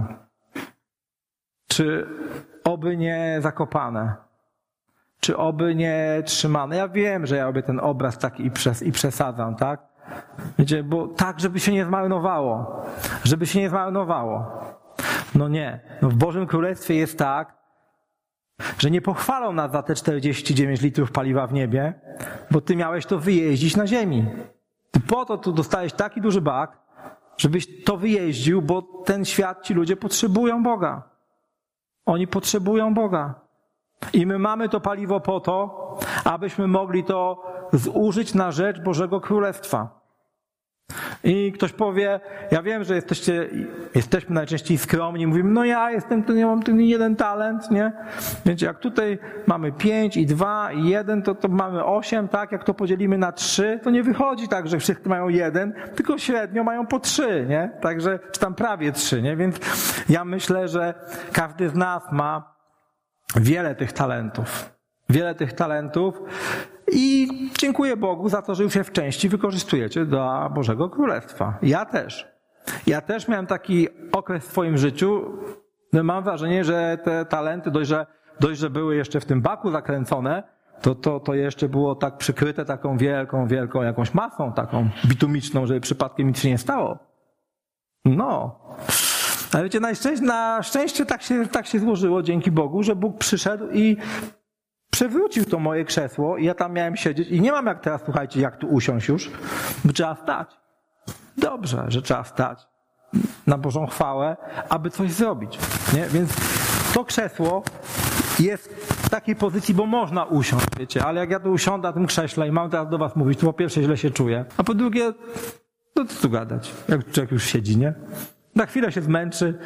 Czy oby nie zakopane? Czy oby nie trzymane? Ja wiem, że ja robię ten obraz taki i, przes- i przesadzam, tak? Wiecie, bo tak, żeby się nie zmarnowało. Żeby się nie zmarnowało. No nie. No w Bożym Królestwie jest tak, że nie pochwalą nas za te czterdzieści dziewięć litrów paliwa w niebie, bo ty miałeś to wyjeździć na ziemi. Ty po to tu dostałeś taki duży bak, żebyś to wyjeździł, bo ten świat, ci ludzie potrzebują Boga. Oni potrzebują Boga. I my mamy to paliwo po to, abyśmy mogli to zużyć na rzecz Bożego Królestwa. I ktoś powie, ja wiem, że jesteście, jesteśmy najczęściej skromni, mówimy, no ja jestem, to nie mam ten jeden talent, nie? Wiecie, jak tutaj mamy pięć i dwa i jeden, to, to mamy osiem, tak? Jak to podzielimy na trzy, to nie wychodzi tak, że wszyscy mają jeden, tylko średnio mają po trzy, nie? Także, czy tam prawie trzy, nie? Więc ja myślę, że każdy z nas ma wiele tych talentów. Wiele tych talentów i dziękuję Bogu za to, że już je w części wykorzystujecie do Bożego Królestwa. Ja też. Ja też miałem taki okres w swoim życiu, mam wrażenie, że te talenty dość, że, dość, że były jeszcze w tym baku zakręcone, to, to, to jeszcze było tak przykryte taką wielką, wielką jakąś masą taką bitumiczną, żeby przypadkiem nic się nie stało. No. Ale wiecie, na szczęście, na szczęście tak się, tak się złożyło, dzięki Bogu, że Bóg przyszedł i przewrócił to moje krzesło i ja tam miałem siedzieć i nie mam jak teraz, słuchajcie, jak tu usiąść już, bo trzeba stać. Dobrze, że trzeba stać na Bożą chwałę, aby coś zrobić. Nie? Więc to krzesło jest w takiej pozycji, bo można usiąść, wiecie, ale jak ja tu usiądę na tym krześle i mam teraz do was mówić, to po pierwsze źle się czuję, a po drugie, no co tu gadać, jak człowiek już siedzi, nie? Na chwilę się zmęczy.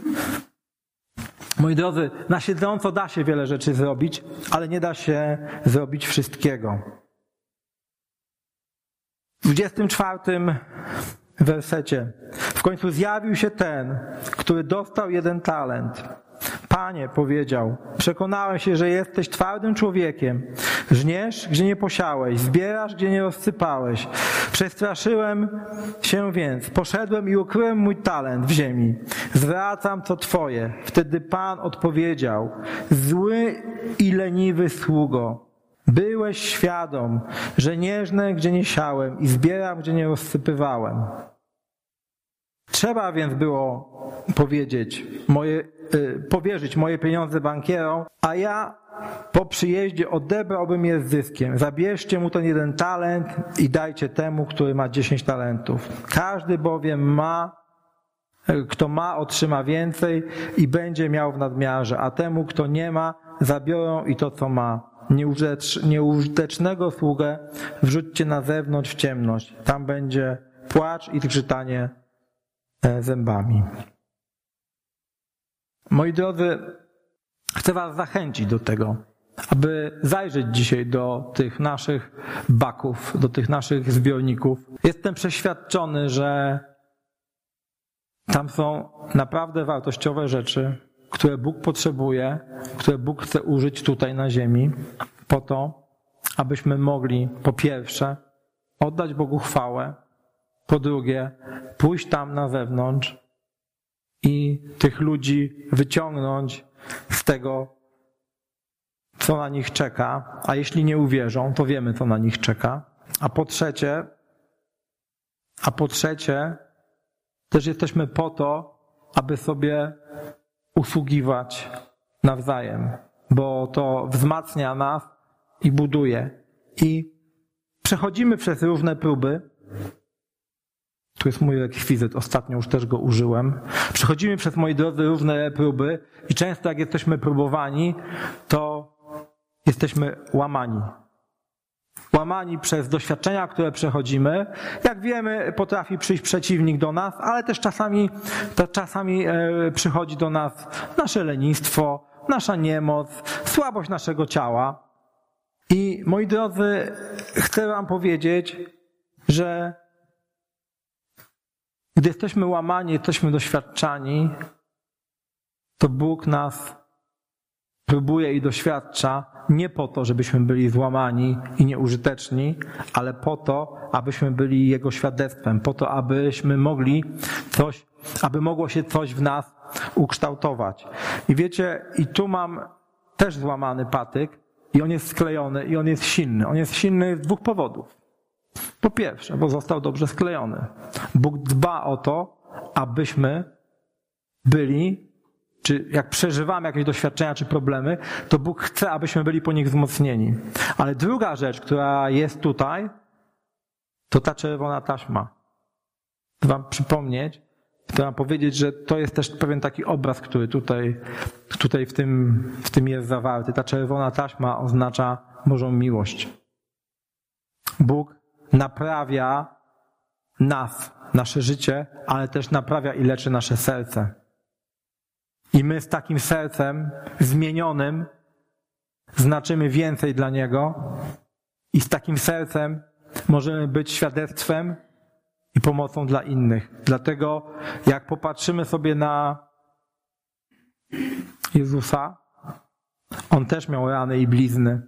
Moi drodzy, na siedząco da się wiele rzeczy zrobić, ale nie da się zrobić wszystkiego. W dwudziestym czwartym wersecie. W końcu zjawił się ten, który dostał jeden talent. Panie, powiedział, przekonałem się, że jesteś twardym człowiekiem. Żniesz, gdzie nie posiałeś, zbierasz, gdzie nie rozsypałeś. Przestraszyłem się więc, poszedłem i ukryłem mój talent w ziemi. Zwracam, co twoje. Wtedy Pan odpowiedział, zły i leniwy sługo. Byłeś świadom, że nie żnę, gdzie nie siałem i zbieram, gdzie nie rozsypywałem. Trzeba więc było powiedzieć, moje, y, powierzyć moje pieniądze bankierom, a ja po przyjeździe odebrałbym je z zyskiem. Zabierzcie mu ten jeden talent i dajcie temu, który ma dziesięć talentów. Każdy bowiem ma, kto ma, otrzyma więcej i będzie miał w nadmiarze, a temu, kto nie ma, zabiorą i to, co ma. Nieużytecznego sługę wrzućcie na zewnątrz w ciemność. Tam będzie płacz i zgrzytanie zębami. Moi drodzy, chcę was zachęcić do tego, aby zajrzeć dzisiaj do tych naszych baków, do tych naszych zbiorników. Jestem przeświadczony, że tam są naprawdę wartościowe rzeczy, które Bóg potrzebuje, które Bóg chce użyć tutaj na ziemi, po to, abyśmy mogli po pierwsze oddać Bogu chwałę, po drugie pójść tam na zewnątrz i tych ludzi wyciągnąć z tego, co na nich czeka, a jeśli nie uwierzą, to wiemy, co na nich czeka. A po trzecie, a po trzecie, też jesteśmy po to, aby sobie usługiwać nawzajem, bo to wzmacnia nas i buduje. I przechodzimy przez różne próby. Tu jest mój rekwizyt, ostatnio już też go użyłem. Przechodzimy przez, moi drodzy, różne próby i często jak jesteśmy próbowani, to jesteśmy łamani. Łamani przez doświadczenia, które przechodzimy. Jak wiemy, potrafi przyjść przeciwnik do nas, ale też czasami, to czasami przychodzi do nas nasze lenistwo, nasza niemoc, słabość naszego ciała. I moi drodzy, chcę wam powiedzieć, że gdy jesteśmy łamani, jesteśmy doświadczani, to Bóg nas próbuje i doświadcza nie po to, żebyśmy byli złamani i nieużyteczni, ale po to, abyśmy byli Jego świadectwem, po to, abyśmy mogli coś, aby mogło się coś w nas ukształtować. I wiecie, i tu mam też złamany patyk i on jest sklejony i on jest silny. On jest silny z dwóch powodów. Po pierwsze, bo został dobrze sklejony. Bóg dba o to, abyśmy byli, czy jak przeżywamy jakieś doświadczenia czy problemy, to Bóg chce, abyśmy byli po nich wzmocnieni. Ale druga rzecz, która jest tutaj, to ta czerwona taśma. Chcę wam przypomnieć, chcę wam powiedzieć, że to jest też pewien taki obraz, który tutaj, tutaj w tym, w tym jest zawarty. Ta czerwona taśma oznacza Bożą miłość. Bóg naprawia nas, nasze życie, ale też naprawia i leczy nasze serce. I my z takim sercem zmienionym znaczymy więcej dla Niego i z takim sercem możemy być świadectwem i pomocą dla innych. Dlatego jak popatrzymy sobie na Jezusa, On też miał rany i blizny.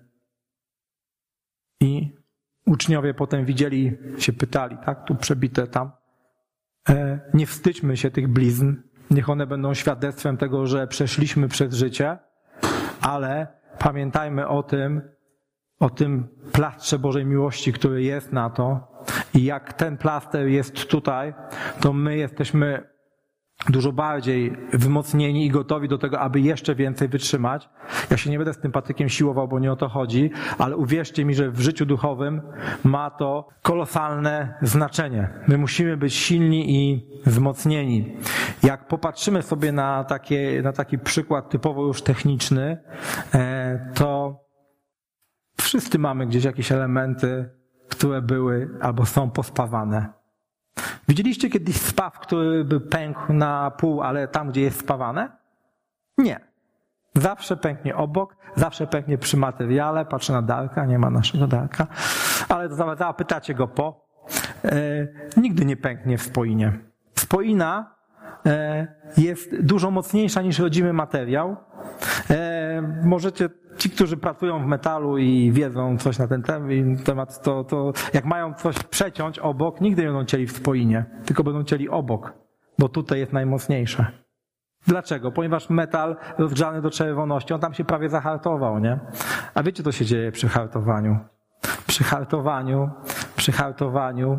I uczniowie potem widzieli, się pytali, tak, tu przebite tam. E, nie wstydźmy się tych blizn, niech one będą świadectwem tego, że przeszliśmy przez życie, ale pamiętajmy o tym, o tym plastrze Bożej miłości, który jest na to i jak ten plaster jest tutaj, to my jesteśmy dużo bardziej wzmocnieni i gotowi do tego, aby jeszcze więcej wytrzymać. Ja się nie będę z tym patykiem siłował, bo nie o to chodzi, ale uwierzcie mi, że w życiu duchowym ma to kolosalne znaczenie. My musimy być silni i wzmocnieni. Jak popatrzymy sobie na, takie, na taki przykład typowo już techniczny, to wszyscy mamy gdzieś jakieś elementy, które były albo są pospawane. Widzieliście kiedyś spaw, który by pękł na pół, ale tam, gdzie jest spawane? Nie. Zawsze pęknie obok, zawsze pęknie przy materiale. Patrzę na Darka, nie ma naszego Darka, ale zapytacie go po. E, nigdy nie pęknie w spoinie. Spoina e, jest dużo mocniejsza niż rodzimy materiał. E, możecie Ci, którzy pracują w metalu i wiedzą coś na ten temat, to, to jak mają coś przeciąć obok, nigdy nie będą cięli w spoinie, tylko będą cięli obok, bo tutaj jest najmocniejsze. Dlaczego? Ponieważ metal rozgrzany do czerwoności, on tam się prawie zahartował, nie? A wiecie, co się dzieje przy hartowaniu? Przy hartowaniu, przy hartowaniu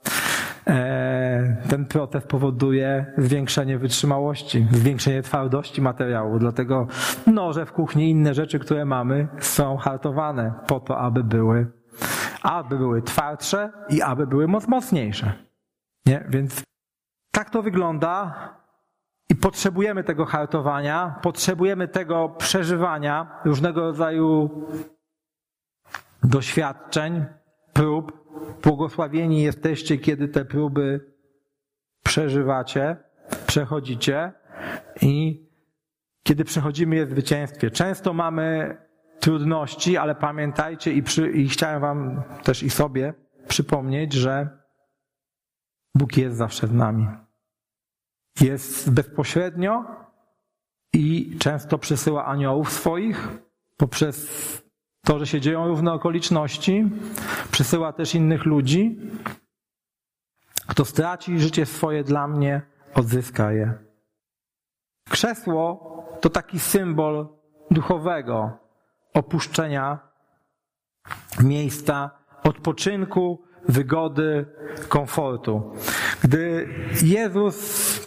ten proces powoduje zwiększenie wytrzymałości, zwiększenie twardości materiału. Dlatego noże w kuchni i inne rzeczy, które mamy, są hartowane po to, aby były, aby były twardsze i aby były mocniejsze. Nie? Więc tak to wygląda i potrzebujemy tego hartowania, potrzebujemy tego przeżywania różnego rodzaju doświadczeń, prób. Błogosławieni jesteście, kiedy te próby przeżywacie, przechodzicie i kiedy przechodzimy je w zwycięstwie. Często mamy trudności, ale pamiętajcie i, przy, i chciałem wam też i sobie przypomnieć, że Bóg jest zawsze z nami. Jest bezpośrednio i często przysyła aniołów swoich poprzez To, że się dzieją różne okoliczności, przysyła też innych ludzi. Kto straci życie swoje dla mnie, odzyska je. Krzesło to taki symbol duchowego opuszczenia miejsca odpoczynku, wygody, komfortu. Gdy Jezus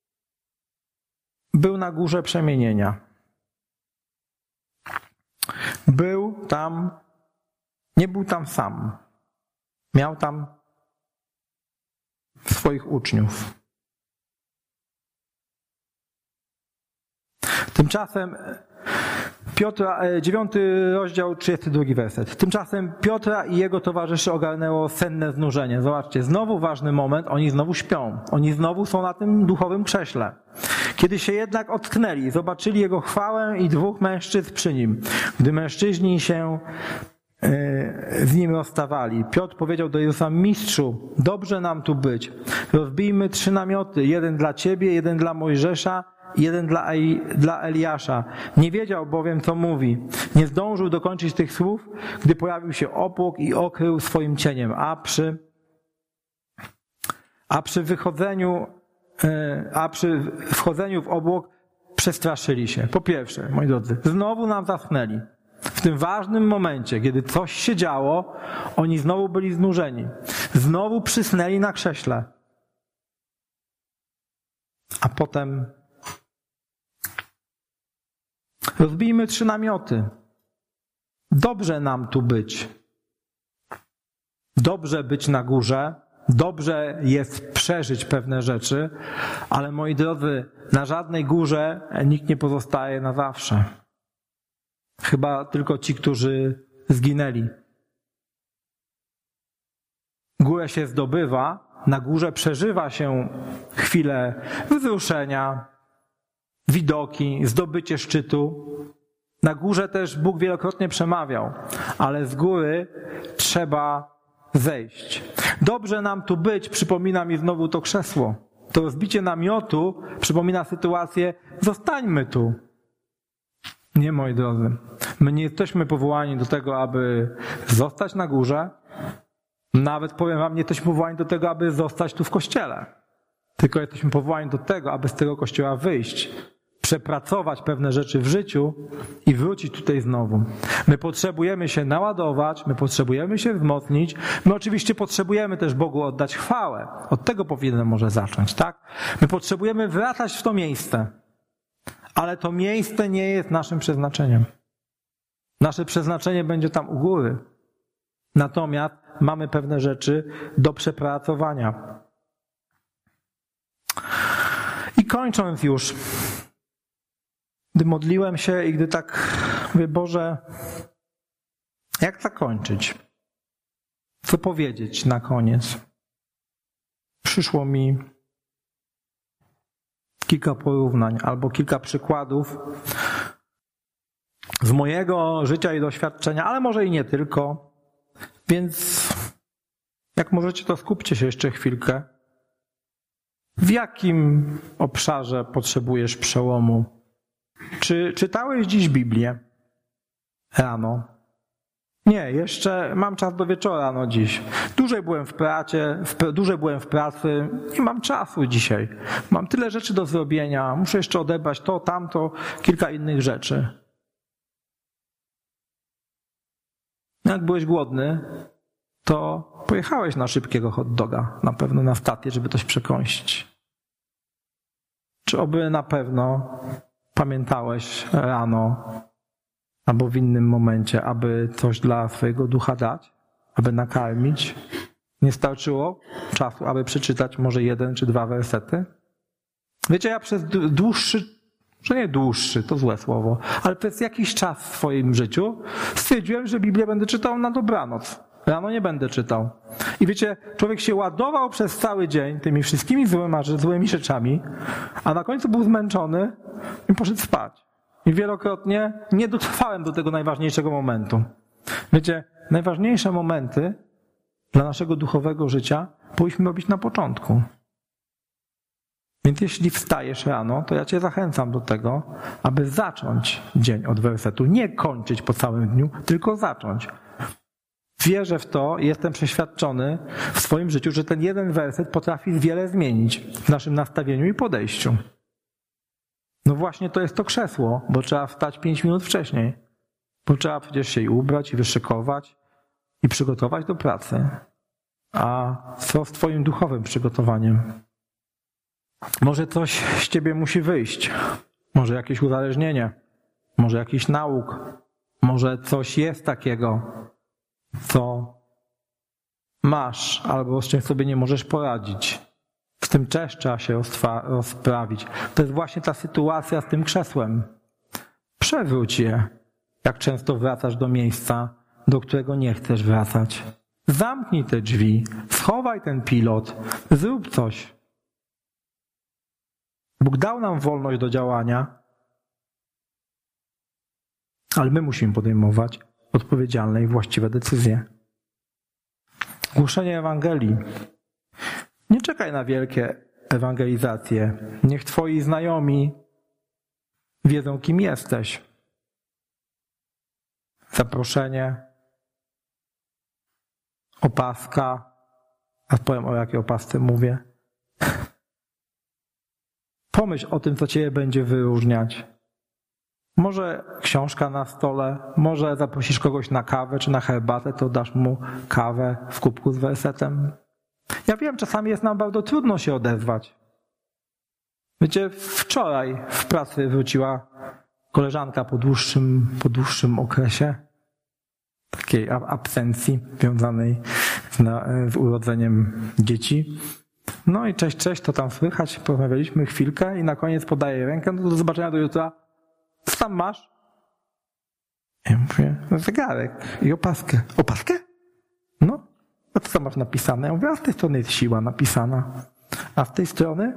był na górze przemienienia, był tam, nie był tam sam. Miał tam swoich uczniów. Tymczasem Piotra, dziewiąty rozdział, trzydziesty drugi werset. Tymczasem Piotra i jego towarzyszy ogarnęło senne znużenie. Zobaczcie, znowu ważny moment, oni znowu śpią. Oni znowu są na tym duchowym krześle. Kiedy się jednak ocknęli, zobaczyli jego chwałę i dwóch mężczyzn przy nim. Gdy mężczyźni się z nim rozstawali, Piotr powiedział do Jezusa: Mistrzu, dobrze nam tu być. Rozbijmy trzy namioty, jeden dla ciebie, jeden dla Mojżesza, jeden dla, dla Eliasza. Nie wiedział bowiem, co mówi. Nie zdążył dokończyć tych słów, gdy pojawił się obłok i okrył swoim cieniem, a przy, a przy wychodzeniu, a przy wchodzeniu w obłok przestraszyli się. Po pierwsze, moi drodzy, znowu nam zaschnęli. W tym ważnym momencie, kiedy coś się działo, oni znowu byli znużeni. Znowu przysnęli na krześle. A potem rozbijmy trzy namioty. Dobrze nam tu być. Dobrze być na górze. Dobrze jest przeżyć pewne rzeczy, ale moi drodzy, na żadnej górze nikt nie pozostaje na zawsze. Chyba tylko ci, którzy zginęli. Górę się zdobywa, na górze przeżywa się chwilę wzruszenia, widoki, zdobycie szczytu. Na górze też Bóg wielokrotnie przemawiał, ale z góry trzeba zejść. Dobrze nam tu być, przypomina mi znowu to krzesło. To rozbicie namiotu przypomina sytuację: zostańmy tu. Nie, moi drodzy. My nie jesteśmy powołani do tego, aby zostać na górze. Nawet powiem wam, nie jesteśmy powołani do tego, aby zostać tu w kościele. Tylko jesteśmy powołani do tego, aby z tego kościoła wyjść, przepracować pewne rzeczy w życiu i wrócić tutaj znowu. My potrzebujemy się naładować, my potrzebujemy się wzmocnić, my oczywiście potrzebujemy też Bogu oddać chwałę. Od tego powinienem może zacząć, tak? My potrzebujemy wracać w to miejsce, ale to miejsce nie jest naszym przeznaczeniem. Nasze przeznaczenie będzie tam u góry. Natomiast mamy pewne rzeczy do przepracowania. I kończąc już, gdy modliłem się i gdy tak mówię: Boże, jak zakończyć? Co powiedzieć na koniec? Przyszło mi kilka porównań albo kilka przykładów z mojego życia i doświadczenia, ale może i nie tylko. Więc jak możecie, to skupcie się jeszcze chwilkę. W jakim obszarze potrzebujesz przełomu? Czy czytałeś dziś Biblię rano? Nie, jeszcze mam czas do wieczora, no dziś. Dłużej byłem w pracy, w, dłużej byłem w pracy, nie mam czasu dzisiaj. Mam tyle rzeczy do zrobienia, muszę jeszcze odebrać to, tamto, kilka innych rzeczy. Jak byłeś głodny, to pojechałeś na szybkiego hot doga, na pewno na stację, żeby coś przekąsić. Czy oby na pewno pamiętałeś rano albo w innym momencie, aby coś dla swojego ducha dać, aby nakarmić? Nie starczyło czasu, aby przeczytać może jeden czy dwa wersety? Wiecie, ja przez dłuższy, że nie dłuższy, to złe słowo, ale przez jakiś czas w swoim życiu stwierdziłem, że Biblię będę czytał na dobranoc. Rano nie będę czytał. I wiecie, człowiek się ładował przez cały dzień tymi wszystkimi złymi, złymi rzeczami, a na końcu był zmęczony i poszedł spać. I wielokrotnie nie dotrwałem do tego najważniejszego momentu. Wiecie, najważniejsze momenty dla naszego duchowego życia powinniśmy robić na początku. Więc jeśli wstajesz rano, to ja cię zachęcam do tego, aby zacząć dzień od wersetu. Nie kończyć po całym dniu, tylko zacząć. Wierzę w to i jestem przeświadczony w swoim życiu, że ten jeden werset potrafi wiele zmienić w naszym nastawieniu i podejściu. No właśnie to jest to krzesło, bo trzeba wstać pięć minut wcześniej. Bo trzeba przecież się i ubrać, i wyszykować, i przygotować do pracy. A co z twoim duchowym przygotowaniem? Może coś z ciebie musi wyjść. Może jakieś uzależnienie. Może jakiś nauk. Może coś jest takiego, co masz, albo z czym sobie nie możesz poradzić. Z tym też trzeba się rozprawić. To jest właśnie ta sytuacja z tym krzesłem. Przewróć je, jak często wracasz do miejsca, do którego nie chcesz wracać. Zamknij te drzwi, schowaj ten pilot, zrób coś. Bóg dał nam wolność do działania, ale my musimy podejmować odpowiedzialne i właściwe decyzje. Głoszenie Ewangelii. Nie czekaj na wielkie ewangelizacje. Niech twoi znajomi wiedzą, kim jesteś. Zaproszenie, opaska. A powiem, o jakiej opasce mówię. Pomyśl o tym, co ciebie będzie wyróżniać. Może książka na stole, może zaprosisz kogoś na kawę czy na herbatę, to dasz mu kawę w kubku z wersetem. Ja wiem, czasami jest nam bardzo trudno się odezwać. Wiecie, wczoraj w pracy wróciła koleżanka po dłuższym, po dłuższym okresie takiej absencji związanej z, na, z urodzeniem dzieci. No i cześć, cześć, to tam słychać, porozmawialiśmy chwilkę i na koniec podaję rękę, no do zobaczenia do jutra. Co tam masz? Ja mówię, zegarek i opaskę. Opaskę? No. A co tam masz napisane? Ja mówię, a z tej strony jest siła napisana. A z tej strony?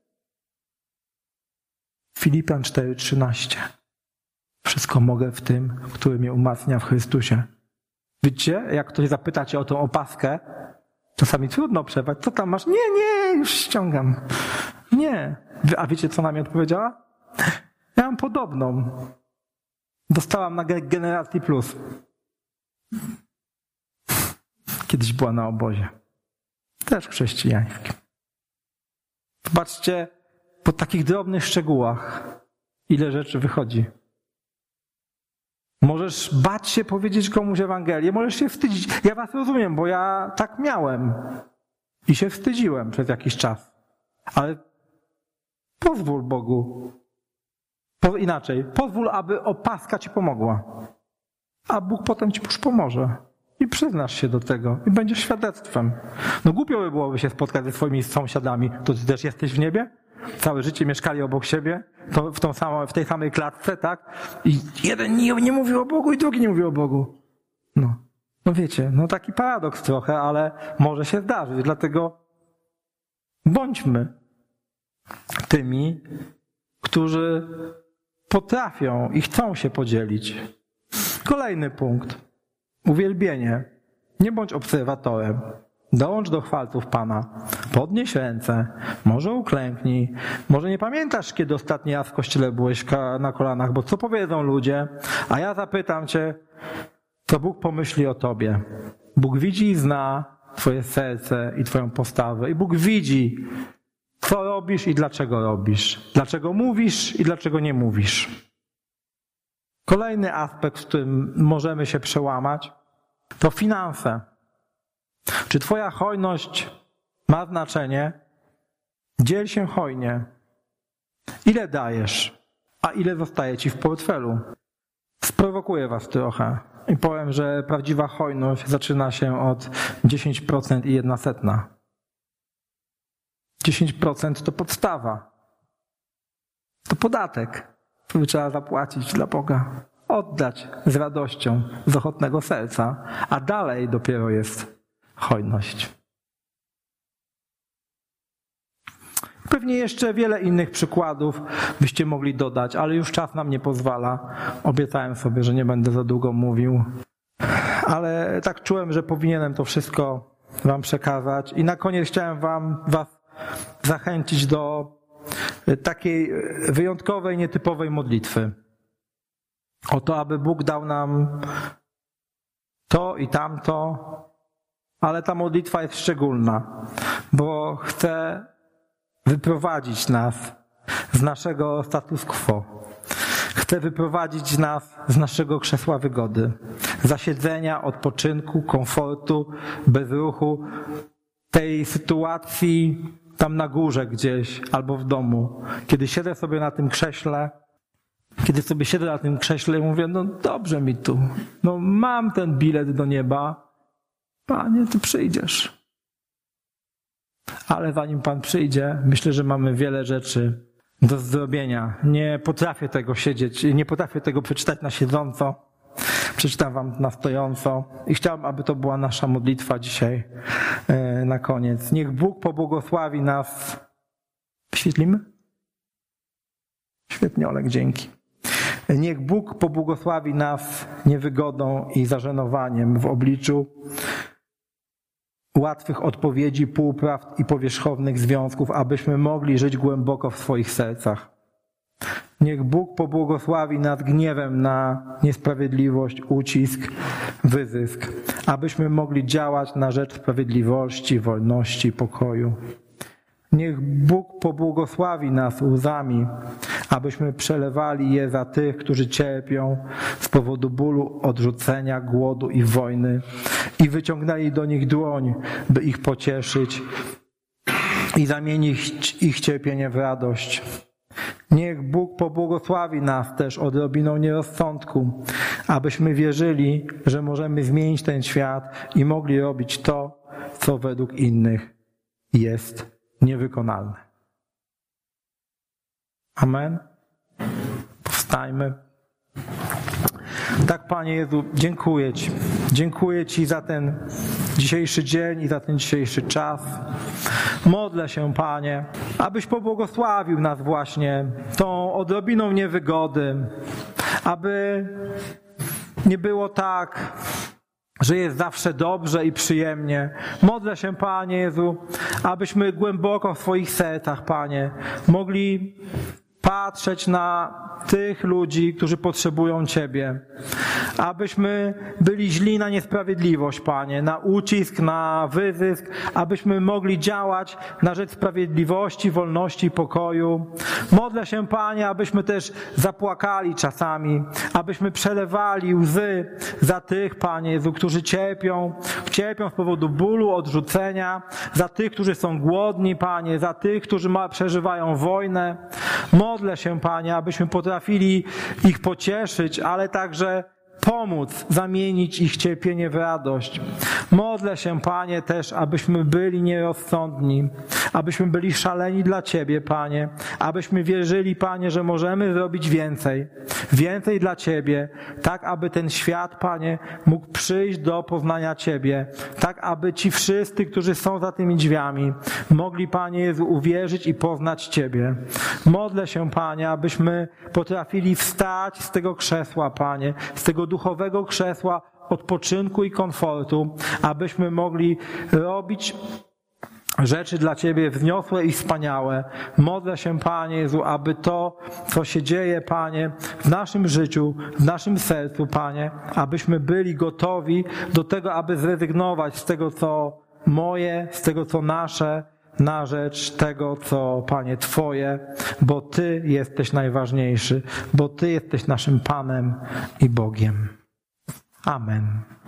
Filipian cztery trzynaście. Wszystko mogę w tym, który mnie umacnia w Chrystusie. Widzicie, jak ktoś zapyta cię o tą opaskę, czasami trudno przerwać. Co tam masz? Nie, nie, już ściągam. Nie. A wiecie, co na mnie odpowiedziała? Ja mam podobną. Dostałam na Generacji Plus. Kiedyś była na obozie. Też chrześcijańskim. Zobaczcie, po takich drobnych szczegółach, ile rzeczy wychodzi. Możesz bać się powiedzieć komuś Ewangelię, możesz się wstydzić. Ja was rozumiem, bo ja tak miałem. I się wstydziłem przez jakiś czas. Ale pozwól Bogu. Po, inaczej, pozwól, aby opaska ci pomogła. A Bóg potem ci już pomoże. I przyznasz się do tego. I będziesz świadectwem. No głupio by byłoby się spotkać ze swoimi sąsiadami. To ty też jesteś w niebie? Całe życie mieszkali obok siebie? To w, tą samą, w tej samej klatce, tak? I jeden nie, nie mówił o Bogu i drugi nie mówił o Bogu. No. No wiecie, no taki paradoks trochę, ale może się zdarzyć. Dlatego bądźmy tymi, którzy potrafią i chcą się podzielić. Kolejny punkt. Uwielbienie. Nie bądź obserwatorem. Dołącz do chwalców Pana. Podnieś ręce. Może uklęknij. Może nie pamiętasz, kiedy ostatni raz w kościele byłeś na kolanach, bo co powiedzą ludzie? A ja zapytam cię, co Bóg pomyśli o tobie. Bóg widzi i zna twoje serce i twoją postawę. I Bóg widzi, co robisz i dlaczego robisz. Dlaczego mówisz i dlaczego nie mówisz. Kolejny aspekt, w którym możemy się przełamać, to finanse. Czy twoja hojność ma znaczenie? Dziel się hojnie. Ile dajesz, a ile zostaje ci w portfelu? Sprowokuję was trochę i powiem, że prawdziwa hojność zaczyna się od dziesięć procent i jedna setna. dziesięć procent to podstawa. To podatek, który trzeba zapłacić dla Boga. Oddać z radością, z ochotnego serca, a dalej dopiero jest hojność. Pewnie jeszcze wiele innych przykładów byście mogli dodać, ale już czas nam nie pozwala. Obiecałem sobie, że nie będę za długo mówił, ale tak czułem, że powinienem to wszystko wam przekazać. I na koniec chciałem wam was zachęcić do takiej wyjątkowej, nietypowej modlitwy. O to, aby Bóg dał nam to i tamto, ale ta modlitwa jest szczególna, bo chce wyprowadzić nas z naszego status quo. Chce wyprowadzić nas z naszego krzesła wygody, zasiedzenia, odpoczynku, komfortu, bezruchu, tej sytuacji tam na górze gdzieś albo w domu, kiedy siedzę sobie na tym krześle, kiedy sobie siedzę na tym krześle i mówię, no dobrze mi tu, no mam ten bilet do nieba, Panie, Ty przyjdziesz. Ale zanim Pan przyjdzie, myślę, że mamy wiele rzeczy do zrobienia. Nie potrafię tego siedzieć, nie potrafię tego przeczytać na siedząco. Przeczytam wam na stojąco i chciałbym, aby to była nasza modlitwa dzisiaj na koniec. Niech Bóg pobłogosławi nas. Wyświetlimy? Świetnie, Olek, dzięki. Niech Bóg pobłogosławi nas niewygodą i zażenowaniem w obliczu łatwych odpowiedzi, półprawd i powierzchownych związków, abyśmy mogli żyć głęboko w swoich sercach. Niech Bóg pobłogosławi nas gniewem na niesprawiedliwość, ucisk, wyzysk, abyśmy mogli działać na rzecz sprawiedliwości, wolności, pokoju. Niech Bóg pobłogosławi nas łzami, abyśmy przelewali je za tych, którzy cierpią z powodu bólu, odrzucenia, głodu i wojny i wyciągnęli do nich dłoń, by ich pocieszyć i zamienić ich cierpienie w radość. Niech Bóg pobłogosławi nas też odrobiną nierozsądku, abyśmy wierzyli, że możemy zmienić ten świat i mogli robić to, co według innych jest niewykonalne. Amen. Powstajmy. Tak, Panie Jezu, dziękuję Ci. Dziękuję Ci za ten dzisiejszy dzień i za ten dzisiejszy czas. Modlę się, Panie, abyś pobłogosławił nas właśnie tą odrobiną niewygody, aby nie było tak, że jest zawsze dobrze i przyjemnie. Modlę się, Panie Jezu, abyśmy głęboko w swoich sercach, Panie, mogli patrzeć na tych ludzi, którzy potrzebują Ciebie. Abyśmy byli źli na niesprawiedliwość, Panie, na ucisk, na wyzysk, abyśmy mogli działać na rzecz sprawiedliwości, wolności i pokoju. Modlę się, Panie, abyśmy też zapłakali czasami, abyśmy przelewali łzy za tych, Panie Jezu, którzy cierpią, cierpią z powodu bólu, odrzucenia, za tych, którzy są głodni, Panie, za tych, którzy ma, przeżywają wojnę. Modlę się, Panie, abyśmy potrafili ich pocieszyć, ale także pomóc zamienić ich cierpienie w radość. Modlę się, Panie, też, abyśmy byli nierozsądni, abyśmy byli szaleni dla Ciebie, Panie, abyśmy wierzyli, Panie, że możemy zrobić więcej, więcej dla Ciebie, tak aby ten świat, Panie, mógł przyjść do poznania Ciebie, tak aby ci wszyscy, którzy są za tymi drzwiami, mogli, Panie Jezu, uwierzyć i poznać Ciebie. Modlę się, Panie, abyśmy potrafili wstać z tego krzesła, Panie, z tego duchowego krzesła odpoczynku i komfortu, abyśmy mogli robić rzeczy dla Ciebie wzniosłe i wspaniałe. Modlę się, Panie Jezu, aby to, co się dzieje, Panie, w naszym życiu, w naszym sercu, Panie, abyśmy byli gotowi do tego, aby zrezygnować z tego, co moje, z tego, co nasze, na rzecz tego, co, Panie, Twoje, bo Ty jesteś najważniejszy, bo Ty jesteś naszym Panem i Bogiem. Amen.